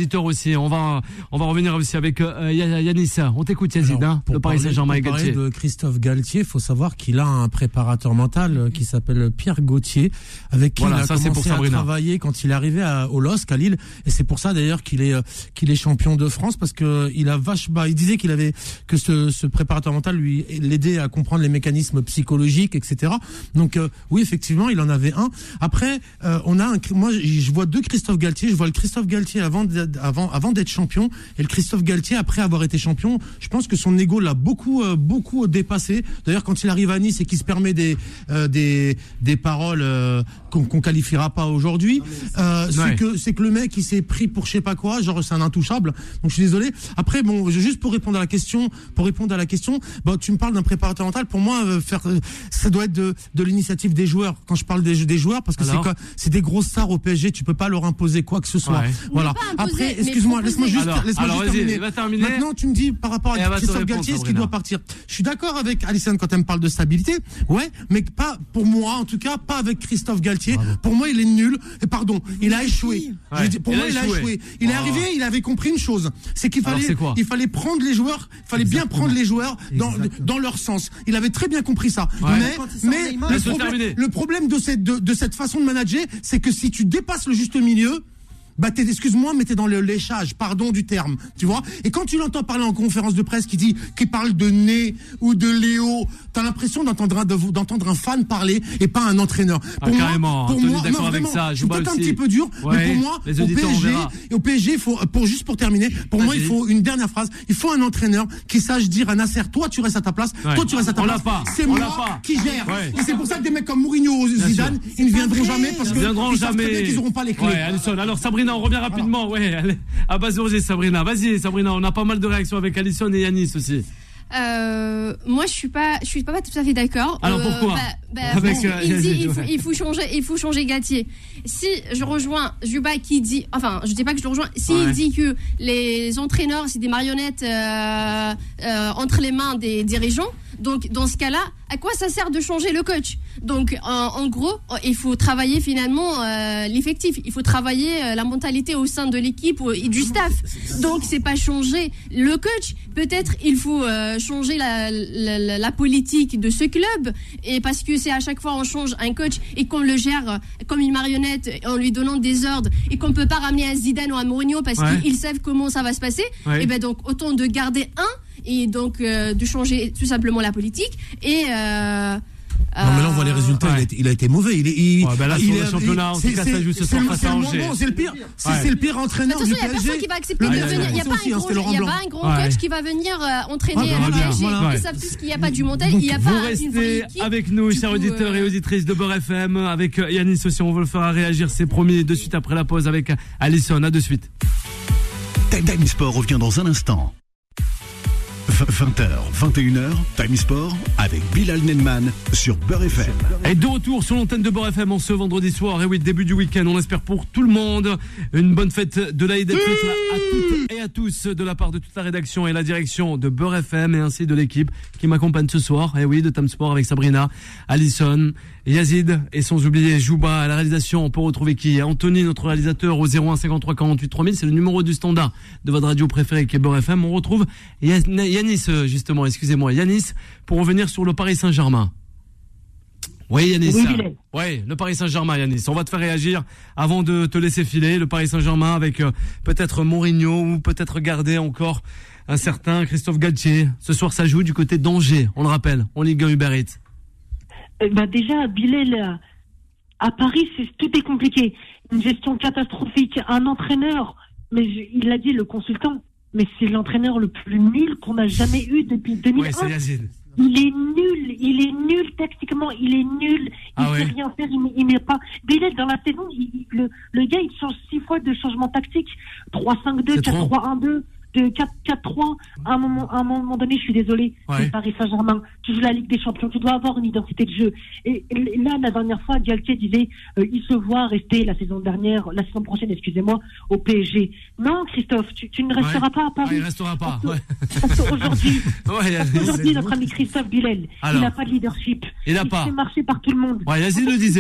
auditeurs aussi. On va, on va revenir aussi avec euh, Yanis. On t'écoute, Yazid. Alors, hein, le Paris Saint-Germain et Galtier. Pour parler de Christophe Galtier, il faut savoir qu'il a un préparateur mental qui s'appelle Pierre Gauthier, avec qui voilà, il a ça, commencé à travailler quand il est arrivé à, au L O S C à Lille. Et c'est pour ça d'ailleurs qu'il est, qu'il est champion de France, parce que il a vache, bah, il disait qu'il avait, que ce, ce préparateur mental lui l'aidait à comprendre les mécanismes psychologiques, et cetera. Donc euh, oui, effectivement, il en avait un. Après, euh, on a un, moi, je vois deux Christophe Galtier. Je vois le Christophe Galtier avant, avant, avant d'être champion, et le Christophe Galtier après avoir été champion. Je pense que son ego l'a beaucoup, euh, beaucoup dépassé. D'ailleurs, quand il arrive à Nice et qu'il se permet des, euh, des, des paroles euh, qu'on, qu'on qualifiera pas aujourd'hui, euh, ouais. c'est que, c'est que le mec, il s'est pris pour je sais pas quoi. Genre, c'est un intouchable. Donc, je suis désolé. Après, bon, juste pour répondre à la question, pour répondre à la question, bah, tu me parles d'un préparateur mental. Pour moi, euh, faire, euh, ça doit être de, de l'initiative des joueurs. Quand je parle des, des joueurs, parce que Alors c'est quoi, c'est des grosses stars au P S G. Tu peux pas leur imposer quoi que ce soit. Ouais. Voilà. Imposer, après, excuse-moi, laisse-moi juste, alors, laisse-moi alors, juste terminer. Va terminer. Maintenant, tu me dis par rapport à Christophe Galtier, est-ce qu'il doit partir? Je suis d'accord avec Alison quand elle me parle de stabilité, ouais, mais pas pour moi, en tout cas, pas avec Christophe Galtier. Bravo. Pour moi, il est nul. Et pardon, il a échoué. Ouais. Dis, pour il moi, il a échoué. échoué. Il oh. est arrivé, il avait compris une chose, c'est qu'il fallait, c'est il fallait prendre les joueurs, il fallait Exactement. bien prendre les joueurs dans, dans leur sens. Il avait très bien compris ça. Ouais. Mais, mais le, problème, le problème de cette, de, de cette façon de manager, c'est que si tu dépasses le juste milieu, bah t'es, excuse-moi, mais t'es dans le léchage, pardon du terme, tu vois. Et quand tu l'entends parler en conférence de presse qui dit, qui parle de Né ou de Léo, t'as l'impression d'entendre, de, d'entendre un fan parler et pas un entraîneur. Ah, pour carrément, moi, pour moi, d'accord non, avec vraiment, ça. Je suis peut-être un petit peu dur, ouais, mais pour moi, au P S G, et au P S G, il faut, pour juste pour terminer, pour Vas-y. moi, il faut une dernière phrase. Il faut un entraîneur qui sache dire à Nasser, toi tu restes à ta place, ouais. toi tu restes à ta on place. L'a pas. C'est on moi l'a pas. qui gère. Ouais. Et c'est pour ça que des mecs comme Mourinho ou Zidane, ils ne viendront jamais parce que ils savent très bien qu'ils n'auront pas les clés. Alors Sabrina, on revient rapidement. Ouais, allez, à base d'urger, Sabrina. Vas-y, Sabrina, on a pas mal de réactions avec Alison et Yanis aussi. Euh, moi, je suis pas, je suis pas tout à fait d'accord. Alors euh, pourquoi bah, bah, Avec, il, euh, il dit, il ouais. faut, il faut changer, il faut changer Galtier. Si je rejoins Juba qui dit, enfin, je dis pas que je le rejoins. S'il ouais. dit que les entraîneurs c'est des marionnettes euh, euh, entre les mains des dirigeants, donc dans ce cas-là, à quoi ça sert de changer le coach? Donc en, en gros, il faut travailler finalement euh, l'effectif. Il faut travailler euh, la mentalité au sein de l'équipe et du staff. Donc c'est pas changer le coach. Peut-être il faut euh, changer la, la, la politique de ce club, et parce que c'est à chaque fois on change un coach et qu'on le gère comme une marionnette en lui donnant des ordres et qu'on peut pas ramener un Zidane ou un Mourinho parce ouais. qu'ils savent comment ça va se passer. Ouais. Et ben donc autant de garder un et donc euh, de changer tout simplement la politique et euh, non mais là on voit les résultats, ouais. il, a été, il a été mauvais. Il est, il, ouais, ben là, il sur est, le championnat, en tout cas, ça joue ce soir face à Angers. C'est le pire, c'est, ouais. c'est le pire entraîneur du P S G. Il y a personne qui va accepter de venir. Il y a pas un gros, il y a pas un grand coach qui va venir entraîner le P S G. Ils savent tous qu'il n'y a pas du mental. Il n'y a pas une vraie équipe. Avec nous, chers auditeurs et auditrices de Beurre F M, avec Yanis aussi, on veut le faire réagir. C'est promis. De suite après la pause avec Alison. À de suite. Time Sport revient dans un instant. vingt heures, vingt et une heures, Time Sport avec Bilal Nenman sur Beurre F M. Et de retour sur l'antenne de Beurre F M en ce vendredi soir. Et oui, début du week-end, on espère pour tout le monde une bonne fête de l'Aïd à toutes et à tous de la part de toute la rédaction et la direction de Beurre F M et ainsi de l'équipe qui m'accompagne ce soir. Et oui, de Time Sport avec Sabrina, Alison, Yazid et sans oublier Jouba à la réalisation. On peut retrouver qui? Anthony, notre réalisateur, au zéro un cinquante-trois quarante-huit trois mille. C'est le numéro du standard de votre radio préférée qui est Beurre F M. On retrouve Yanis, justement, excusez-moi, Yanis, pour revenir sur le Paris Saint-Germain. Oui, Yanis. Oui, oui, le Paris Saint-Germain, Yanis. On va te faire réagir avant de te laisser filer. Le Paris Saint-Germain avec euh, peut-être Mourinho ou peut-être garder encore un certain Christophe Galtier. Ce soir, ça joue du côté d'Angers, on le rappelle, en Ligue un Uber Eats. Euh, bah déjà, Bilal, à Paris, c'est, tout est compliqué. Une gestion catastrophique, un entraîneur, mais je, il l'a dit, le consultant, mais c'est l'entraîneur le plus nul qu'on a jamais eu depuis deux mille un. Ouais, c'est Yazid. Il est nul, il est nul tactiquement, il est nul, il ah sait ouais. rien faire, il, il met pas. Bilal, dans la saison, il, le, le gars, il change six fois de changement tactique, trois cinq deux, quatre trois un deux. De quatre quatre trois, à un moment, à un moment donné, je suis désolé, ouais. c'est Paris Saint-Germain, tu joues la Ligue des Champions, tu dois avoir une identité de jeu. Et, et là, la dernière fois, Galtier disait, euh, il se voit rester la saison dernière, la saison prochaine, excusez-moi, au P S G. Non, Christophe, tu, tu ne resteras ouais. pas à Paris. Ouais, il restera pas. Parce, ouais. parce qu'aujourd'hui, ouais, parce qu'aujourd'hui, notre ami Christophe Bilal, Alors, il n'a pas de leadership. Il n'a pas. Il fait marcher par tout le monde. Ouais, Yazid le disait.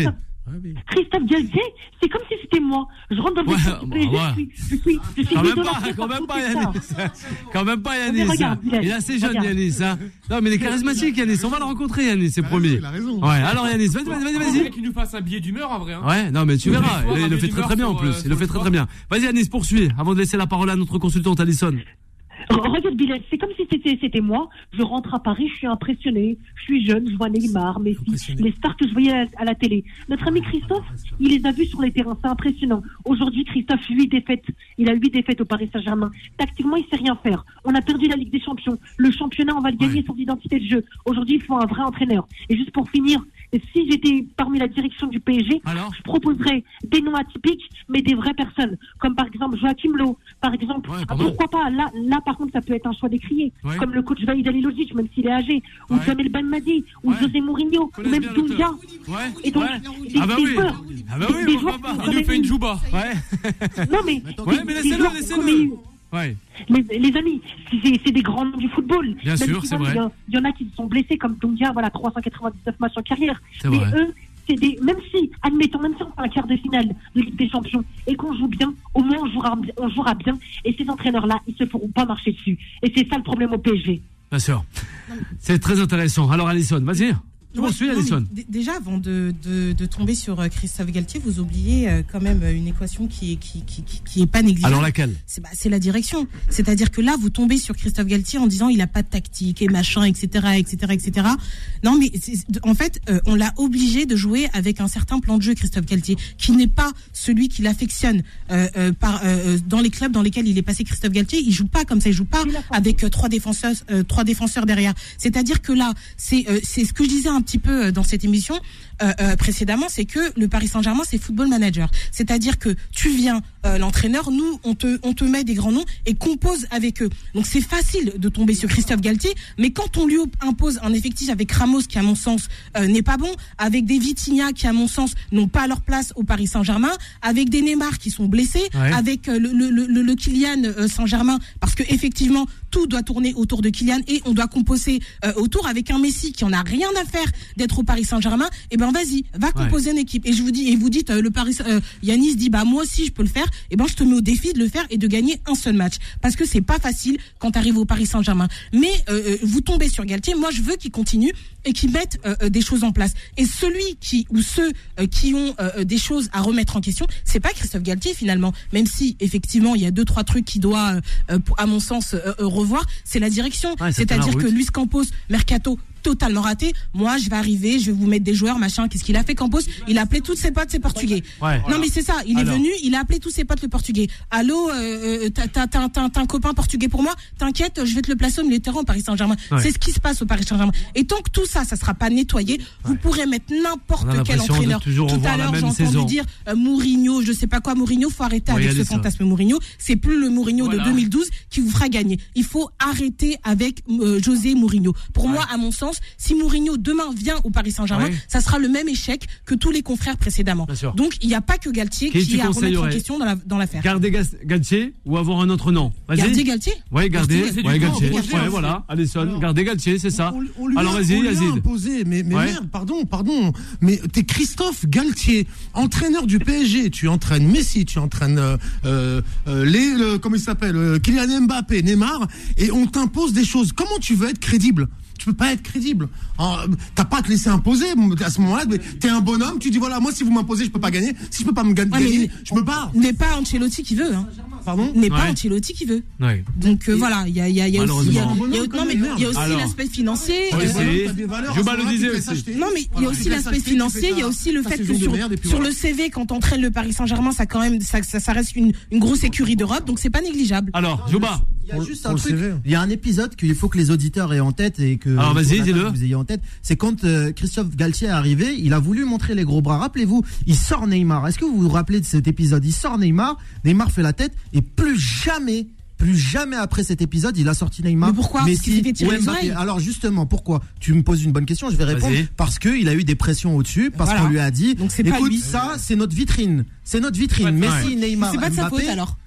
Ah oui. Christophe Galtier, c'est comme si c'était moi. Je rentre dans le Ouais, vestiaire du bah, P S G, ouais. je suis, je suis, je suis Quand même idolâtré pas, quand par même tous pas ces Yanis. stars. Quand même pas Yanis. Mais regarde, Il est assez jeune regarde. Yanis. Hein. Non mais il est charismatique Yanis. On va le rencontrer Yanis, c'est promis. Il a raison. Ouais. Alors Yanis, vas-y, vas-y, vas-y, vas-y. Qu'il nous fasse un billet d'humeur en vrai. Hein. Ouais, non mais tu Oui, verras. il faut Il, il avoir le des fait très très bien en humeurs plus. sur, Il le euh, fait sur très le très bien. Vas-y Yanis, poursuis. Avant de laisser la parole à notre consultante Alison. Regarde Bilal, c'est comme si c'était, c'était moi. Je rentre à Paris, je suis impressionné. Je suis jeune, je vois Neymar, Messi, les stars que je voyais à, à la télé. Notre ami Christophe, il les a vus sur les terrains, c'est impressionnant. Aujourd'hui, Christophe, huit défaites. Il a huit défaites au Paris Saint-Germain. Tactiquement, il sait rien faire. On a perdu la Ligue des Champions. Le championnat, on va le gagner Ouais. sans identité de jeu. Aujourd'hui, il faut un vrai entraîneur. Et juste pour finir, si j'étais parmi la direction du P S G, Alors je proposerais des noms atypiques, mais des vraies personnes. Comme par exemple Joachim Low, par exemple. Ouais, pas Ah, mal. pourquoi pas là, là, par contre, ça peut être un choix décrié. Ouais. Comme le coach Vaïd Halilovic, même s'il est âgé. Ou Ouais. Jamel Benmadi. Ou Ouais. José Mourinho. Ou Connaissent même bien le Doumbia. Ouais. Et donc, Ouais. des, Ah bah des oui. joueurs. Ah bah des- oui, des pourquoi joueurs pas. qui ont Il nous quand fait même une jouba. Ouais. Non, mais. Ouais, des- mais des laissez-le, joueurs laissez-le. comme il- Ouais. Les, les amis, c'est, c'est des grands noms du football. Bien Même sûr, si, c'est voilà, vrai. Il y, a- il y en a qui se sont blessés, comme Doumbia, voilà, trois cent quatre-vingt-dix-neuf matchs en carrière. C'est Mais vrai. eux, c'est des, même si, admettons, même si on fait un quart de finale de Ligue des Champions et qu'on joue bien, au moins on jouera, on jouera bien. Et ces entraîneurs-là, ils se feront pas marcher dessus. Et c'est ça le problème au P S G. Bien sûr. C'est très intéressant. Alors Alison, vas-y. Tu Ouais, poursuis non, Alison. mais d- Déjà, avant de, de, de tomber sur euh, Christophe Galtier, vous oubliez euh, quand même une équation qui est, qui, qui, qui, qui est pas négligeable. Alors laquelle? C'est bah, c'est la direction. C'est-à-dire que là, vous tombez sur Christophe Galtier en disant il a pas de tactique et machin, et cetera, et cetera, et cetera. Non, mais c'est- en fait, euh, on l'a obligé de jouer avec un certain plan de jeu, Christophe Galtier, qui n'est pas celui qu'il affectionne euh, euh, par euh, dans les clubs dans lesquels il est passé. Christophe Galtier, il joue pas comme ça, il joue pas avec euh, trois défenseurs, euh, trois défenseurs derrière. C'est-à-dire que là, c'est euh, c'est ce que je disais un petit peu euh, dans cette émission euh, euh, précédemment, c'est que le Paris Saint-Germain, c'est football manager. C'est-à-dire que tu viens, euh, l'entraîneur, nous, on te, on te met des grands noms et compose avec eux. Donc c'est facile de tomber sur Christophe Galtier, mais quand on lui impose un effectif avec Ramos, qui à mon sens euh, n'est pas bon, avec des Vitinha qui à mon sens n'ont pas leur place au Paris Saint-Germain, avec des Neymar qui sont blessés, Ouais. avec euh, le, le, le, le Kylian euh, Saint-Germain, parce que effectivement tout doit tourner autour de Kylian et on doit composer euh, autour, avec un Messi qui en a rien à faire d'être au Paris Saint-Germain. Et ben vas-y, va composer une équipe. Et je vous dis, et vous dites euh, le Paris, euh, Yanis dit bah moi aussi je peux le faire. Et ben je te mets au défi de le faire et de gagner un seul match, parce que c'est pas facile quand tu arrives au Paris Saint-Germain. Mais euh, vous tombez sur Galtier, moi je veux qu'il continue et qu'il mette euh, des choses en place. Et celui qui ou ceux euh, qui ont euh, des choses à remettre en question, c'est pas Christophe Galtier finalement, même si effectivement il y a deux trois trucs qui doit euh, à mon sens euh, revoir, c'est la direction. Ouais, ça tient la C'est-à-dire que route. Luis Campos, mercato totalement raté. Moi, je vais arriver, je vais vous mettre des joueurs, machin. Qu'est-ce qu'il a fait, Campos? Il a appelé toutes ses potes, ses Portugais. Ouais. Non, mais c'est ça. Il Alors. est venu, il a appelé tous ses potes, le Portugais. Allô, euh, t'as, t'as, t'as, t'as, t'as un copain portugais pour moi? T'inquiète, je vais te le placer au milieu de terrain au Paris Saint-Germain. Ouais. C'est ce qui se passe au Paris Saint-Germain. Et tant que tout ça, ça sera pas nettoyé, vous pourrez mettre n'importe On a quel l'impression de entraîneur. toujours Tout revoir à la l'heure, même j'ai entendu saison. dire euh, Mourinho, je sais pas quoi, Mourinho, faut arrêter Oui, avec ce allez, ça. fantasme Mourinho. C'est plus le Mourinho Voilà. de deux mille douze qui vous fera gagner. Il faut arrêter avec euh, José Mourinho. Pour moi, à mon sens, si Mourinho demain vient au Paris Saint-Germain, Ouais. ça sera le même échec que tous les confrères précédemment. Bien sûr. Donc il n'y a pas que Galtier Qui qui, tu est à remettre en conseillerais question dans, la, dans l'affaire. Garder Gas- Galtier ou avoir un autre nom? Vas-y. Garder Galtier. Ouais, garder. Garder, c'est Ouais, du Galtier. grand projet, Ouais, hein. voilà. Alison, garder Galtier, c'est ça. On, on lui Alors a, vas-y, on lui a Yazid. imposé, mais, mais Ouais. merde, pardon, pardon, mais t'es Christophe Galtier, entraîneur du P S G, tu entraînes Messi, tu entraînes euh, euh, euh, les, le, comment il s'appelle, euh, Kylian Mbappé, Neymar, et on t'impose des choses. Comment tu veux être crédible? Tu peux pas être crédible. Alors, t'as pas à te laisser imposer à ce moment-là. Mais t'es un bonhomme, tu dis voilà, moi si vous m'imposez, je peux pas gagner. Si je peux pas me ga- Ouais, gagner, mais- je me barre. N'est pas Ancelotti qui veut. Hein. Pardon? N'est pas Ouais. Ancelotti qui veut. Ouais. Donc euh, voilà, il y a, il y a, il y a aussi, il y a, Malheureusement. il y a- non, mais il y a aussi Alors. l'aspect financier. Ouais, euh, c'est- T'as des valeurs, à Juba ce le moment-là, tu disait te laisses aussi. acheter. Non, mais il y Voilà, a tu aussi te laisses l'aspect acheter, tu financier, fais il y a ta- aussi le ta fait saison que de sur, merde, et puis sur voilà. le C V, quand on entraîne le Paris Saint-Germain, ça quand même, ça, ça, ça reste une, une grosse écurie d'Europe, donc c'est pas négligeable. Alors, Juba. Il y a Pour- juste pour un le truc. C V. Il y a un épisode qu'il faut que les auditeurs aient en tête et que Alors, vas-y, Jonathan, dis-le. vous ayez en tête. C'est quand euh, Christophe Galtier est arrivé, il a voulu montrer les gros bras. Rappelez-vous, il sort Neymar. Est-ce que vous vous rappelez de cet épisode? Il sort Neymar, Neymar fait la tête et plus jamais. Plus jamais après cet épisode, il a sorti Neymar. Mais pourquoi? Parce qu'il s'est fait tirer ou les Mbappé. oreilles. Alors justement, pourquoi? Tu me poses une bonne question, je vais répondre. Vas-y. Parce qu'il a eu des pressions au-dessus, parce Voilà. qu'on lui a dit, Donc c'est pas écoute, lui. ça, c'est notre vitrine. C'est notre vitrine. Ouais, Messi, ouais. Neymar, C'est pas de sa Mbappé. faute alors.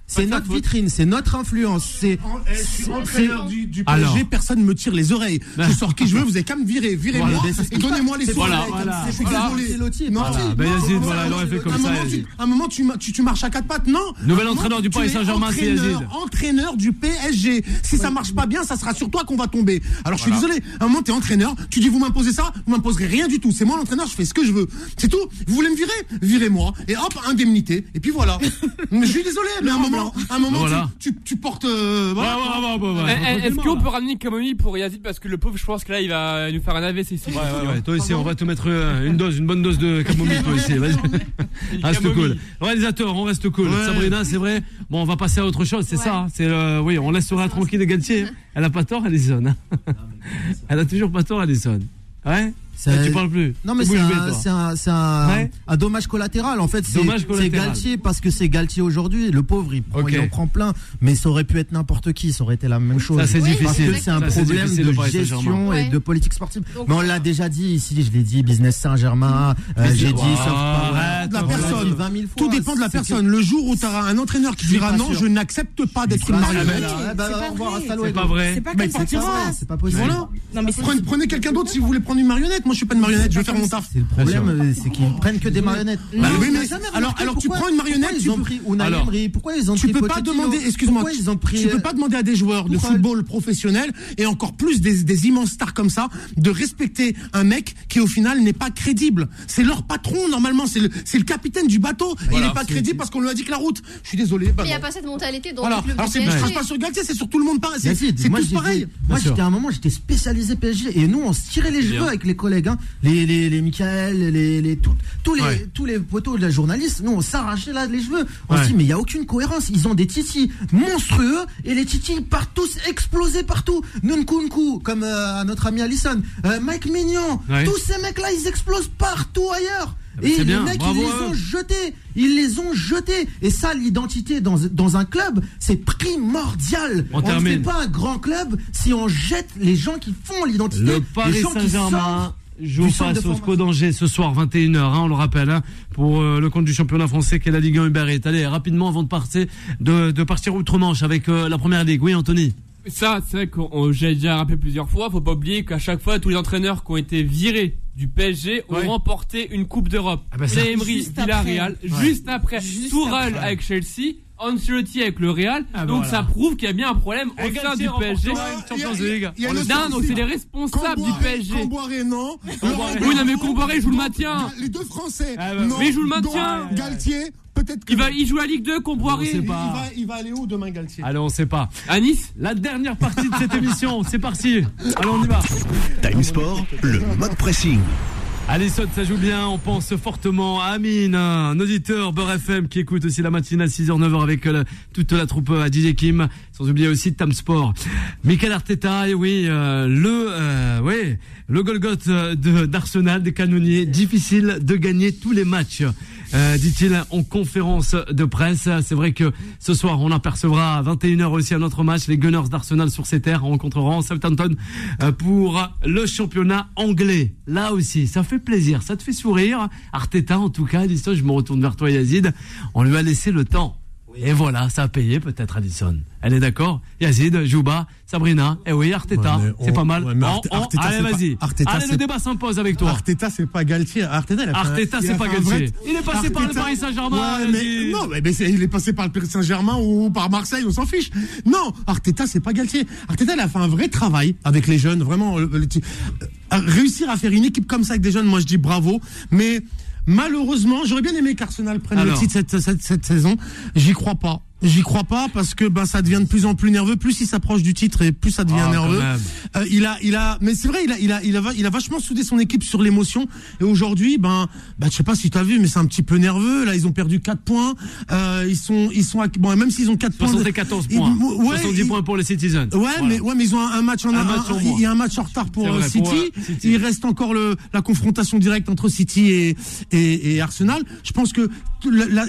C'est Pas de notre sa faute. vitrine, c'est notre influence. C'est, Je suis c'est- entraîneur du, du P S G, Alors. personne me tire les oreilles. Je sors qui je veux, vous avez qu'à me virer. Virez-moi Voilà. et donnez-moi les c'est soirées. voilà, voilà. Je suis Voilà. désolé. Ancelotti, Non, voilà. tu- Ben, non, Yazid, non, voilà, il aurait fait comme un ça, moment, Yazid. tu- Un moment, tu, ma- tu, tu marches à quatre pattes. Non. Nouvel Un moment, entraîneur du tu Paris es Saint-Germain, c'est Yazid. entraîneur- Entraîneur du P S G. Si ça marche pas bien, ça sera sur toi qu'on va tomber. Alors, je suis désolé. À un moment, t'es entraîneur. Tu dis, vous m'imposez ça, vous m'imposerez rien du tout. C'est moi l'entraîneur, je fais ce que je veux. C'est tout. Vous voulez me virer? Virez-moi. Et hop, indemnité. Et puis voilà. Mais je suis désolé, mais à un moment, à un moment, Voilà. tu, tu, tu portes, euh, voilà. Ouais, ouais, ouais, ouais, ouais. Eh, eh, Est-ce Tranquillement, qu'on là. peut ramener Camomille pour Yazid parce que le pauvre, je pense que là, il va nous faire un A V C ici. Ouais, ouais, ouais. Toi aussi, on va te mettre euh, une dose, une bonne dose de camomille, toi aussi. Vas-y. Reste Camomille. cool. Réalisateur, on reste cool. Ouais. Sabrina, c'est vrai. Bon, on va passer à autre chose, c'est Ouais. ça. hein. C'est, euh, oui, on laissera tranquille Galtier. hein. Elle a pas tort, Alison. hein. Elle a toujours pas tort, Alison. Ouais. C'est- Ah, tu parles plus. Non mais Tu c'est bouges un, bête, toi. c'est un, c'est un, Ouais. un dommage collatéral en fait. C'est, Dommage c'est collatéral. Galtier parce que c'est Galtier aujourd'hui. Le pauvre il, prend, Ok. il en prend plein, mais ça aurait pu être n'importe qui. Ça aurait été la même chose. Ça, c'est Oui, difficile. Parce que c'est un Ça, c'est problème difficile de au Paris Saint-Germain. gestion et Ouais. de politique sportive. Donc, mais on l'a déjà dit ici, je l'ai dit, business Saint-Germain. euh, j'ai dit, Wow, soft power. arrête, de la On l'a personne. dit vingt mille Tout fois. dépend de la C'est que- personne. Le jour où tu auras un entraîneur qui Je suis dira pas non, sûr. je n'accepte pas d'être une Ah, marionnette. mais là, C'est bah, pas au revoir, vrai. hasta C'est luego. pas vrai. C'est pas Bah, comme ça que ça se exactement. passe. C'est pas possible. Voilà. Non, mais c'est- Prenez, prenez quelqu'un d'autre si vous voulez prendre une marionnette. Moi, je suis pas une marionnette, je vais faire mon taf. C'est le problème, euh, c'est qu'ils prennent que des marionnettes. Bah, Non, oui, on mais n'a jamais alors- remarqué alors tu pourquoi- prends une marionnette, pourquoi tu ils ont peux- pris Unai Alors, Emery, pourquoi ils ont Tu pris peux pas Pochettino, demander, excuse-moi, pourquoi ils ont pris, tu peux euh, pas demander à des joueurs de pourquoi- football professionnels et encore plus des, des immenses stars comme ça de respecter un mec qui au final n'est pas crédible. C'est leur patron normalement, c'est le, c'est le capitaine du bateau. Il n'est pas crédible parce qu'on lui a dit que la route. Je suis désolé. Bah Mais il n'y a non. pas cette mentalité dans Voilà. le club Alors du c'est, P S G. je crache pas sur Galtier, c'est sur tout le monde pareil. C'est, Yazid, c'est moi, tous j'étais- pareil. Moi, sûr. j'étais à un moment, j'étais spécialisé P S G et nous, on se tirait les cheveux bien. avec les collègues, hein. les les les Michael, les les tous tous les Ouais. tous les poteaux de la journaliste. Nous, on s'arrachait là les cheveux. On Ouais. se dit mais il y a aucune cohérence. Ils ont des titis monstrueux et les titis partent tous explosés partout. Nkunku, comme euh, notre ami Alisson, euh, Mike Mignon, Ouais. tous ces mecs là, ils explosent partout ailleurs. bah, Et c'est les bien, mecs, bravo ils à les eux. ont jetés. Ils les ont jetés. Et ça, l'identité dans, dans un club, c'est primordial. On On ne termine. fait pas un grand club si on jette les gens qui font l'identité. Le les Paris gens qui Saint-Germain sortent joue du centre face de au formation. SCO d'Angers ce soir vingt et une heures, hein, on le rappelle, hein, pour euh, le compte du championnat français qui est la Ligue un Uber Eats. Allez, rapidement avant de partir, de, de partir outre-Manche avec euh, la première ligue. Oui, Anthony. Ça, c'est vrai que j'ai déjà rappelé plusieurs fois. Faut pas oublier qu'à chaque fois, tous les entraîneurs qui ont été virés du P S G ont Ouais. remporté une Coupe d'Europe. Ah bah ça- Unai Emery, Juste Villarreal, après. juste après. Juste Tourelle après. avec Chelsea, Ancelotti avec le Real. Ah bah donc voilà. ça prouve qu'il y a bien un problème au sein du P S G. Champions League. Il y a On le le donne, donc c'est les responsables du P S G. Comboiré, non. Oui, non, mais Comboiré joue le maintien. Les deux Français. Ah bah, non. mais il joue le maintien. Donc, Galtier, peut-être que. Il va, il joue la Ligue deux, On Comboiré. sait il, pas. va, il va aller où demain, Galtier? Allez, on sait pas. À Nice. La dernière partie de cette émission, c'est parti. Allez, on y va. Time Sport, le mode pressing. Allez, ça joue bien, on pense fortement à Amine, un auditeur Beurre F M qui écoute aussi la matinale six heures neuf heures avec euh, toute la troupe à D J Kim, sans oublier aussi Tam Sport. Mikel Arteta, et oui, euh, le euh, oui, le Golgoth de d'Arsenal, des canonniers, difficile de gagner tous les matchs. Euh, dit-il en conférence de presse. C'est vrai que ce soir, on apercevra à vingt et une heures aussi un autre match. Les Gunners d'Arsenal sur ses terres rencontreront Southampton euh, pour le championnat anglais. Là aussi, ça fait plaisir, ça te fait sourire. Arteta, en tout cas, Alisson, je me retourne vers toi, Yazid. On lui a laissé le temps. Et voilà, ça a payé peut-être, Alisson. Elle est d'accord? Yazid, Jouba, Sabrina, et oui, Arteta, Ouais, mais c'est on- pas mal. ouais, mais On- Arte- on- Arteta, allez, c'est pas- vas-y. Arteta, Allez, le c'est- débat s'impose avec toi. Arteta, c'est pas Galtier. Arteta, il a fait Arteta, un- c'est il a pas fait un Galtier. vrai- Il est passé par le Arteta- Paris Saint-Germain, Ouais, mais, Yazid. non, mais, mais c'est- il est passé par le Paris Saint-Germain ou par Marseille, on s'en fiche. Non, Arteta, c'est pas Galtier. Arteta, il a fait un vrai travail avec les jeunes, vraiment. Le, le- le- euh, réussir à faire une équipe comme ça avec des jeunes, moi je dis bravo. Mais malheureusement, j'aurais bien aimé qu'Arsenal prenne Alors. le titre cette, cette, cette saison. J'y crois pas. J'y crois pas parce que ben ça devient de plus en plus nerveux. Plus il s'approche du titre et plus ça devient Ah, nerveux. quand même. Euh, il a, il a, mais c'est vrai, il a, il a, il a, va- il a vachement soudé son équipe sur l'émotion. Et aujourd'hui, ben, ben, je sais pas si tu as vu, mais c'est un petit peu nerveux. Là, ils ont perdu quatre points. Euh, ils sont, ils sont, à- bon, même s'ils ont quatre points. soixante-quatorze ils- points. ouais, soixante-dix ils- points pour les Citizens. Ouais, Voilà. mais ouais, mais ils ont un, un match en Un un, match en un- moins. il y a un match en retard pour C'est euh, vrai, City. pour, euh, City. Il reste encore le, la confrontation directe entre City et, et, et Arsenal. Je pense que tout- la- la-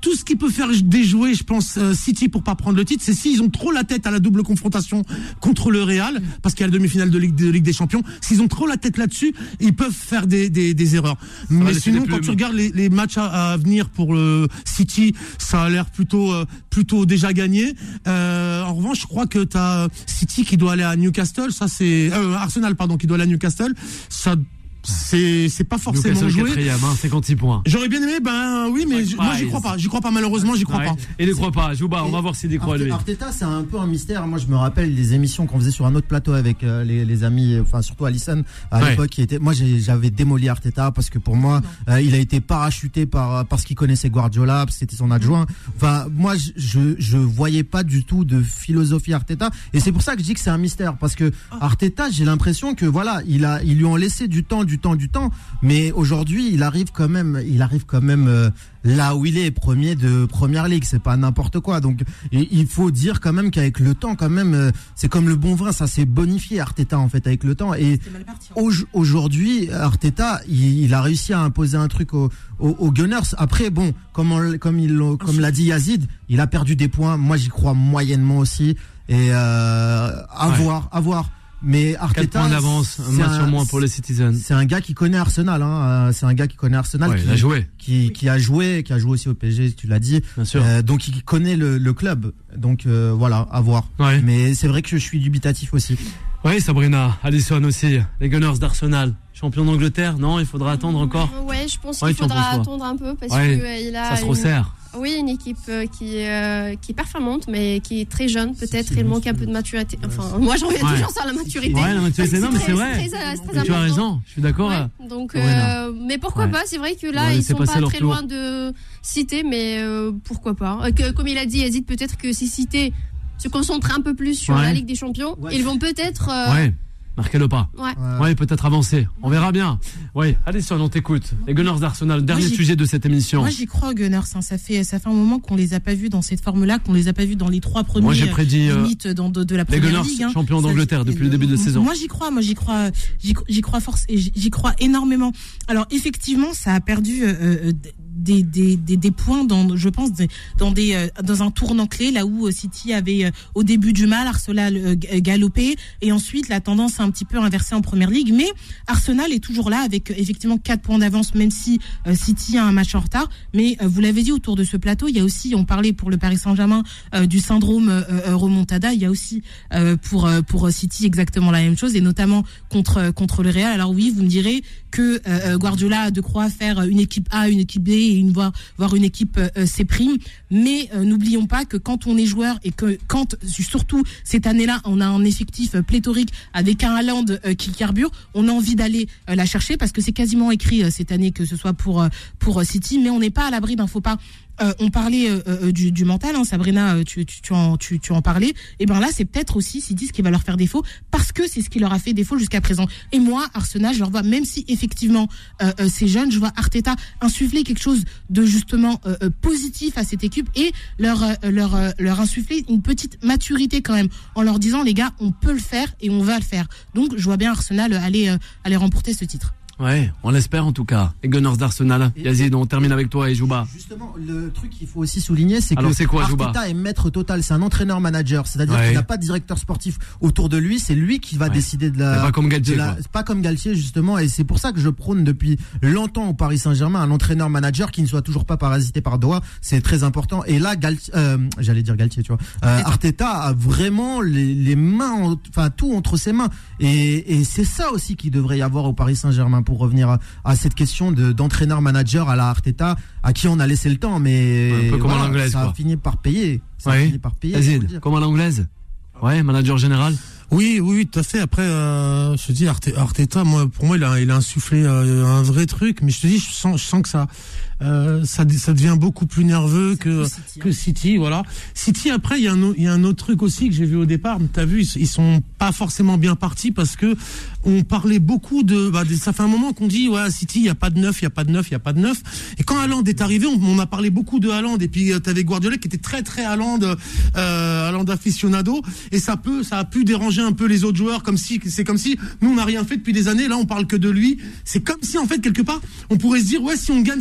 tout ce qui peut faire déjouer, je pense, euh, City pour pas prendre le titre, c'est s'ils ont trop la tête à la double confrontation contre le Real, parce qu'il y a la demi-finale de Ligue, de Ligue des Champions. S'ils ont trop la tête là-dessus, ils peuvent faire des, des, des erreurs. Ça Mais sinon, quand tu regardes les, les matchs à, à venir pour le City, ça a l'air plutôt, euh, plutôt déjà gagné. Euh, en revanche, je crois que t'as City qui doit aller à Newcastle. Ça, c'est euh, Arsenal, pardon, qui doit aller à Newcastle. Ça. C'est c'est pas forcément joué. Quatrième, hein, cinquante-six points. J'aurais bien aimé, ben oui, mais j- moi j'y crois pas. J'y crois pas, malheureusement, j'y crois ouais. pas. Et ne crois pas, Jouba, on va voir s'il y croit lui. Arteta, c'est un peu un mystère. Moi, je me rappelle des émissions qu'on faisait sur un autre plateau avec euh, les, les amis, enfin surtout Alisson à ouais. l'époque, qui était. Moi, j'ai, j'avais démoli Arteta parce que pour moi, euh, il a été parachuté par parce qu'il connaissait Guardiola, parce que c'était son adjoint. Enfin, moi, je, je je voyais pas du tout de philosophie Arteta, et c'est pour ça que je dis que c'est un mystère, parce que Arteta, j'ai l'impression que voilà, il a, ils lui ont laissé du temps, du temps, du temps. Mais aujourd'hui, il arrive quand même, il arrive quand même euh, là où il est, premier de Première Ligue. C'est pas n'importe quoi. Donc, il faut dire quand même qu'avec le temps, quand même, euh, c'est comme le bon vin, ça s'est bonifié Arteta en fait avec le temps. Et au, aujourd'hui, Arteta, il, il a réussi à imposer un truc aux, aux, aux Gunners. Après, bon, comme on, comme il, comme l'a dit Yazid, il a perdu des points. Moi, j'y crois moyennement aussi. Et euh, à ouais. voir, à voir. Mais Arteta, quatre points d'avance, un match en moins pour les Citizens. C'est un gars qui connaît Arsenal, hein. C'est un gars qui connaît Arsenal, ouais, qui, il a joué. qui, qui a joué, qui a joué aussi au P S G, tu l'as dit. Bien sûr. Euh, donc il connaît le, le club. Donc euh, voilà, à voir. Ouais. Mais c'est vrai que je suis dubitatif aussi. Oui, Sabrina, Alisson aussi, les Gunners d'Arsenal. Champion d'Angleterre, non, il faudra attendre encore. Ouais, je pense ouais, qu'il faudra attendre un peu parce ouais, que euh, il a ça se une... resserre. Oui, une équipe euh, qui euh, qui est performante, mais qui est très jeune. Peut-être il manque un peu de maturité. Enfin, moi j'en reviens ouais. toujours sur la maturité. Ouais, la maturité, non, mais c'est vrai. Très, très, très, très tu as raison, je suis d'accord. Ouais, donc, euh, mais pourquoi ouais. pas? C'est vrai que là, ouais, ils sont pas très tour. loin de Cité, mais euh, pourquoi pas? Que, comme il a dit, Yazid, peut-être que si Cité se concentre un peu plus sur ouais. la Ligue des Champions, ouais. ils vont peut-être. Euh, ouais. Marquez le pas. Ouais. ouais, peut-être avancer. On verra bien. Oui, allez sur, on t'écoute. Les Gunners d'Arsenal, dernier moi, sujet de cette émission. Moi, j'y crois aux Gunners. Hein. Ça fait, ça fait un moment qu'on les a pas vus dans cette forme-là, qu'on les a pas vus dans les trois premiers. Moi, j'ai prédit euh, limites dans de, de la première les Gunners ligue. Hein. champions d'Angleterre ça, depuis le début de saison. Moi, j'y crois. Moi, j'y crois. J'y, j'y crois force et j'y, j'y crois énormément. Alors, effectivement, ça a perdu. Euh, Des, des, des, des points dans, je pense, des, dans des, euh, dans un tournant clé, là où euh, City avait euh, au début du mal, Arsenal euh, galopé, et ensuite la tendance a un petit peu inversé en première ligue. Mais Arsenal est toujours là avec euh, effectivement quatre points d'avance, même si euh, City a un match en retard. Mais euh, vous l'avez dit autour de ce plateau, il y a aussi, on parlait pour le Paris Saint-Germain euh, du syndrome euh, remontada. Il y a aussi euh, pour euh, pour City exactement la même chose, et notamment contre euh, contre le Real. Alors oui, vous me direz que euh, Guardiola a de quoi faire une équipe A, une équipe B et une voir voir une équipe euh, C prime, mais euh, n'oublions pas que quand on est joueur et que quand surtout cette année-là on a un effectif euh, pléthorique avec un Haaland euh, qui carbure, on a envie d'aller euh, la chercher parce que c'est quasiment écrit euh, cette année que ce soit pour euh, pour City, mais on n'est pas à l'abri d'un faux pas. Euh, on parlait euh, euh, du, du mental, hein, Sabrina, tu, tu, tu, en, tu, tu en parlais. Et ben là, c'est peut-être aussi City ce qui va leur faire défaut, parce que c'est ce qui leur a fait défaut jusqu'à présent. Et moi, Arsenal, je leur vois, même si effectivement euh, euh, c'est jeune, je vois Arteta insuffler quelque chose de justement euh, euh, positif à cette équipe et leur euh, leur euh, leur insuffler une petite maturité quand même, en leur disant les gars, on peut le faire et on va le faire. Donc, je vois bien Arsenal aller euh, aller remporter ce titre. Ouais, on l'espère en tout cas. Les Gunners d'Arsenal. Yazid, on termine avec toi et Jouba. Justement, le truc qu'il faut aussi souligner, c'est Alors, que c'est quoi, Jouba Arteta est maître total. C'est un entraîneur-manager. C'est-à-dire ouais. qu'il n'a pas de directeur sportif autour de lui. C'est lui qui va ouais. décider de la. C'est pas comme Galtier. La, pas comme Galtier, justement. Et c'est pour ça que je prône depuis longtemps au Paris Saint-Germain un entraîneur-manager qui ne soit toujours pas parasité par Doha. C'est très important. Et là, Galtier, euh, j'allais dire Galtier, tu vois. Euh, Arteta a vraiment les, les mains, enfin tout entre ses mains. Et, et c'est ça aussi qu'il devrait y avoir au Paris Saint-Germain pour revenir à, à cette question de, d'entraîneur-manager à la Arteta, à qui on a laissé le temps, mais un peu comme voilà, à l'anglaise, ça quoi. a fini par payer. Ça ouais. a fini par payer. Yazid, comme à l'anglaise. Ouais, manager général. Oui, oui, oui, tout à fait. Après, euh, je te dis, Arteta, moi, pour moi, il a, il a insufflé euh, un vrai truc, mais je te dis, je sens, je sens que ça, euh, ça, ça devient beaucoup plus nerveux que City, que City, voilà. City, après, il y a un, il y a un autre truc aussi que j'ai vu au départ. T'as vu, ils, ils sont pas forcément bien partis parce que on parlait beaucoup de, bah, ça fait un moment qu'on dit, ouais, City, il y a pas de neuf, il y a pas de neuf, il y a pas de neuf. Et quand Haaland est arrivé, on, on a parlé beaucoup de Haaland. Et puis, t'avais Guardiola qui était très, très Haaland, euh, Haaland aficionado. Et ça peut, ça a pu déranger un peu les autres joueurs, comme si, c'est comme si nous, on n'a rien fait depuis des années. Là, on parle que de lui. C'est comme si, en fait, quelque part, on pourrait se dire, ouais, si on gagne cette année, on dirait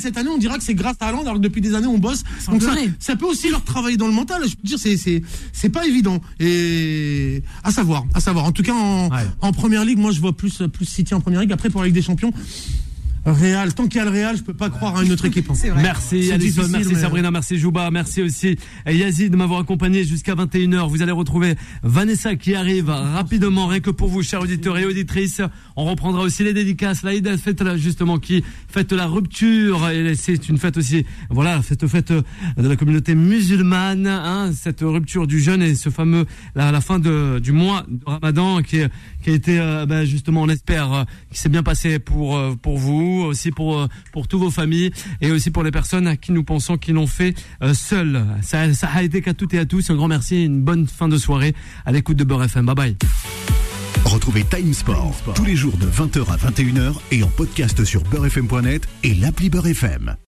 dira que c'est grâce à Haaland alors que depuis des années on bosse. Donc ça, ça peut aussi leur travailler dans le mental. Je peux dire, c'est c'est c'est pas évident. Et à savoir, à savoir. En tout cas, en, ouais. en première ligue, moi je vois plus plus City en première ligue. Après pour la Ligue des Champions. Real, tant qu'il y a le Real, je peux pas croire à une autre équipe. Merci Alison, merci mais... Sabrina, merci Jouba, merci aussi Yazid de m'avoir accompagné jusqu'à vingt et une heures. Vous allez retrouver Vanessa qui arrive rapidement, rien que pour vous, chers auditeurs et auditrices. On reprendra aussi les dédicaces. L'Aïd, la fête justement qui fête la rupture, et c'est une fête aussi, voilà, cette fête de la communauté musulmane, hein, cette rupture du jeûne et ce fameux la, la fin de, du mois de Ramadan qui, qui a été euh, ben justement, on espère, euh, qui s'est bien passé pour euh, pour vous. Aussi pour pour toutes vos familles et aussi pour les personnes à qui nous pensons qui l'ont fait euh, seuls. Ça, ça a été qu'à toutes et à tous. Un grand merci et une bonne fin de soirée à l'écoute de Beurre F M. Bye bye. Retrouvez Time Sport, tous les jours de vingt heures à vingt et une heures et en podcast sur beurre f m point net et l'appli Beurre F M.